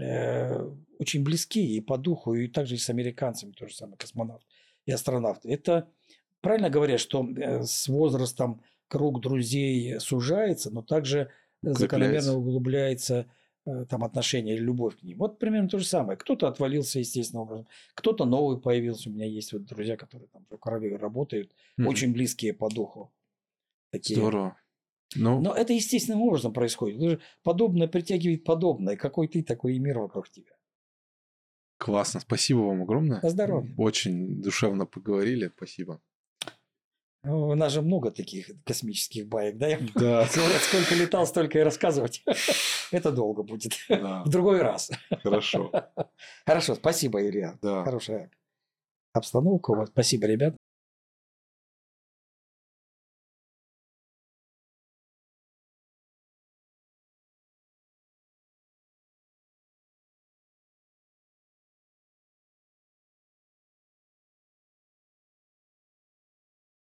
э, очень близки и по духу, и также и с американцами, то же самое, космонавт и астронавт. Это правильно говорят, что э, с возрастом круг друзей сужается, но также закономерно Укрепляется. углубляется э, там отношение или любовь к ним. Вот примерно то же самое. Кто-то отвалился естественным образом, кто-то новый появился. У меня есть вот друзья, которые там в Корабле работают, Мгм. очень близкие по духу. Такие. Здорово. Ну, Но это естественным образом происходит. Это же подобное притягивает подобное. Какой ты, такой и мир вокруг тебя. классно. Спасибо вам огромное. На здоровье. Очень душевно поговорили. Спасибо. Ну, У нас же много таких космических баек, да? Я Да. говорят, сколько летал, столько и рассказывать. Это долго будет. Да. В другой раз. Хорошо. Хорошо, спасибо, Илья. Да. Хорошая обстановка у вас. Спасибо, ребят.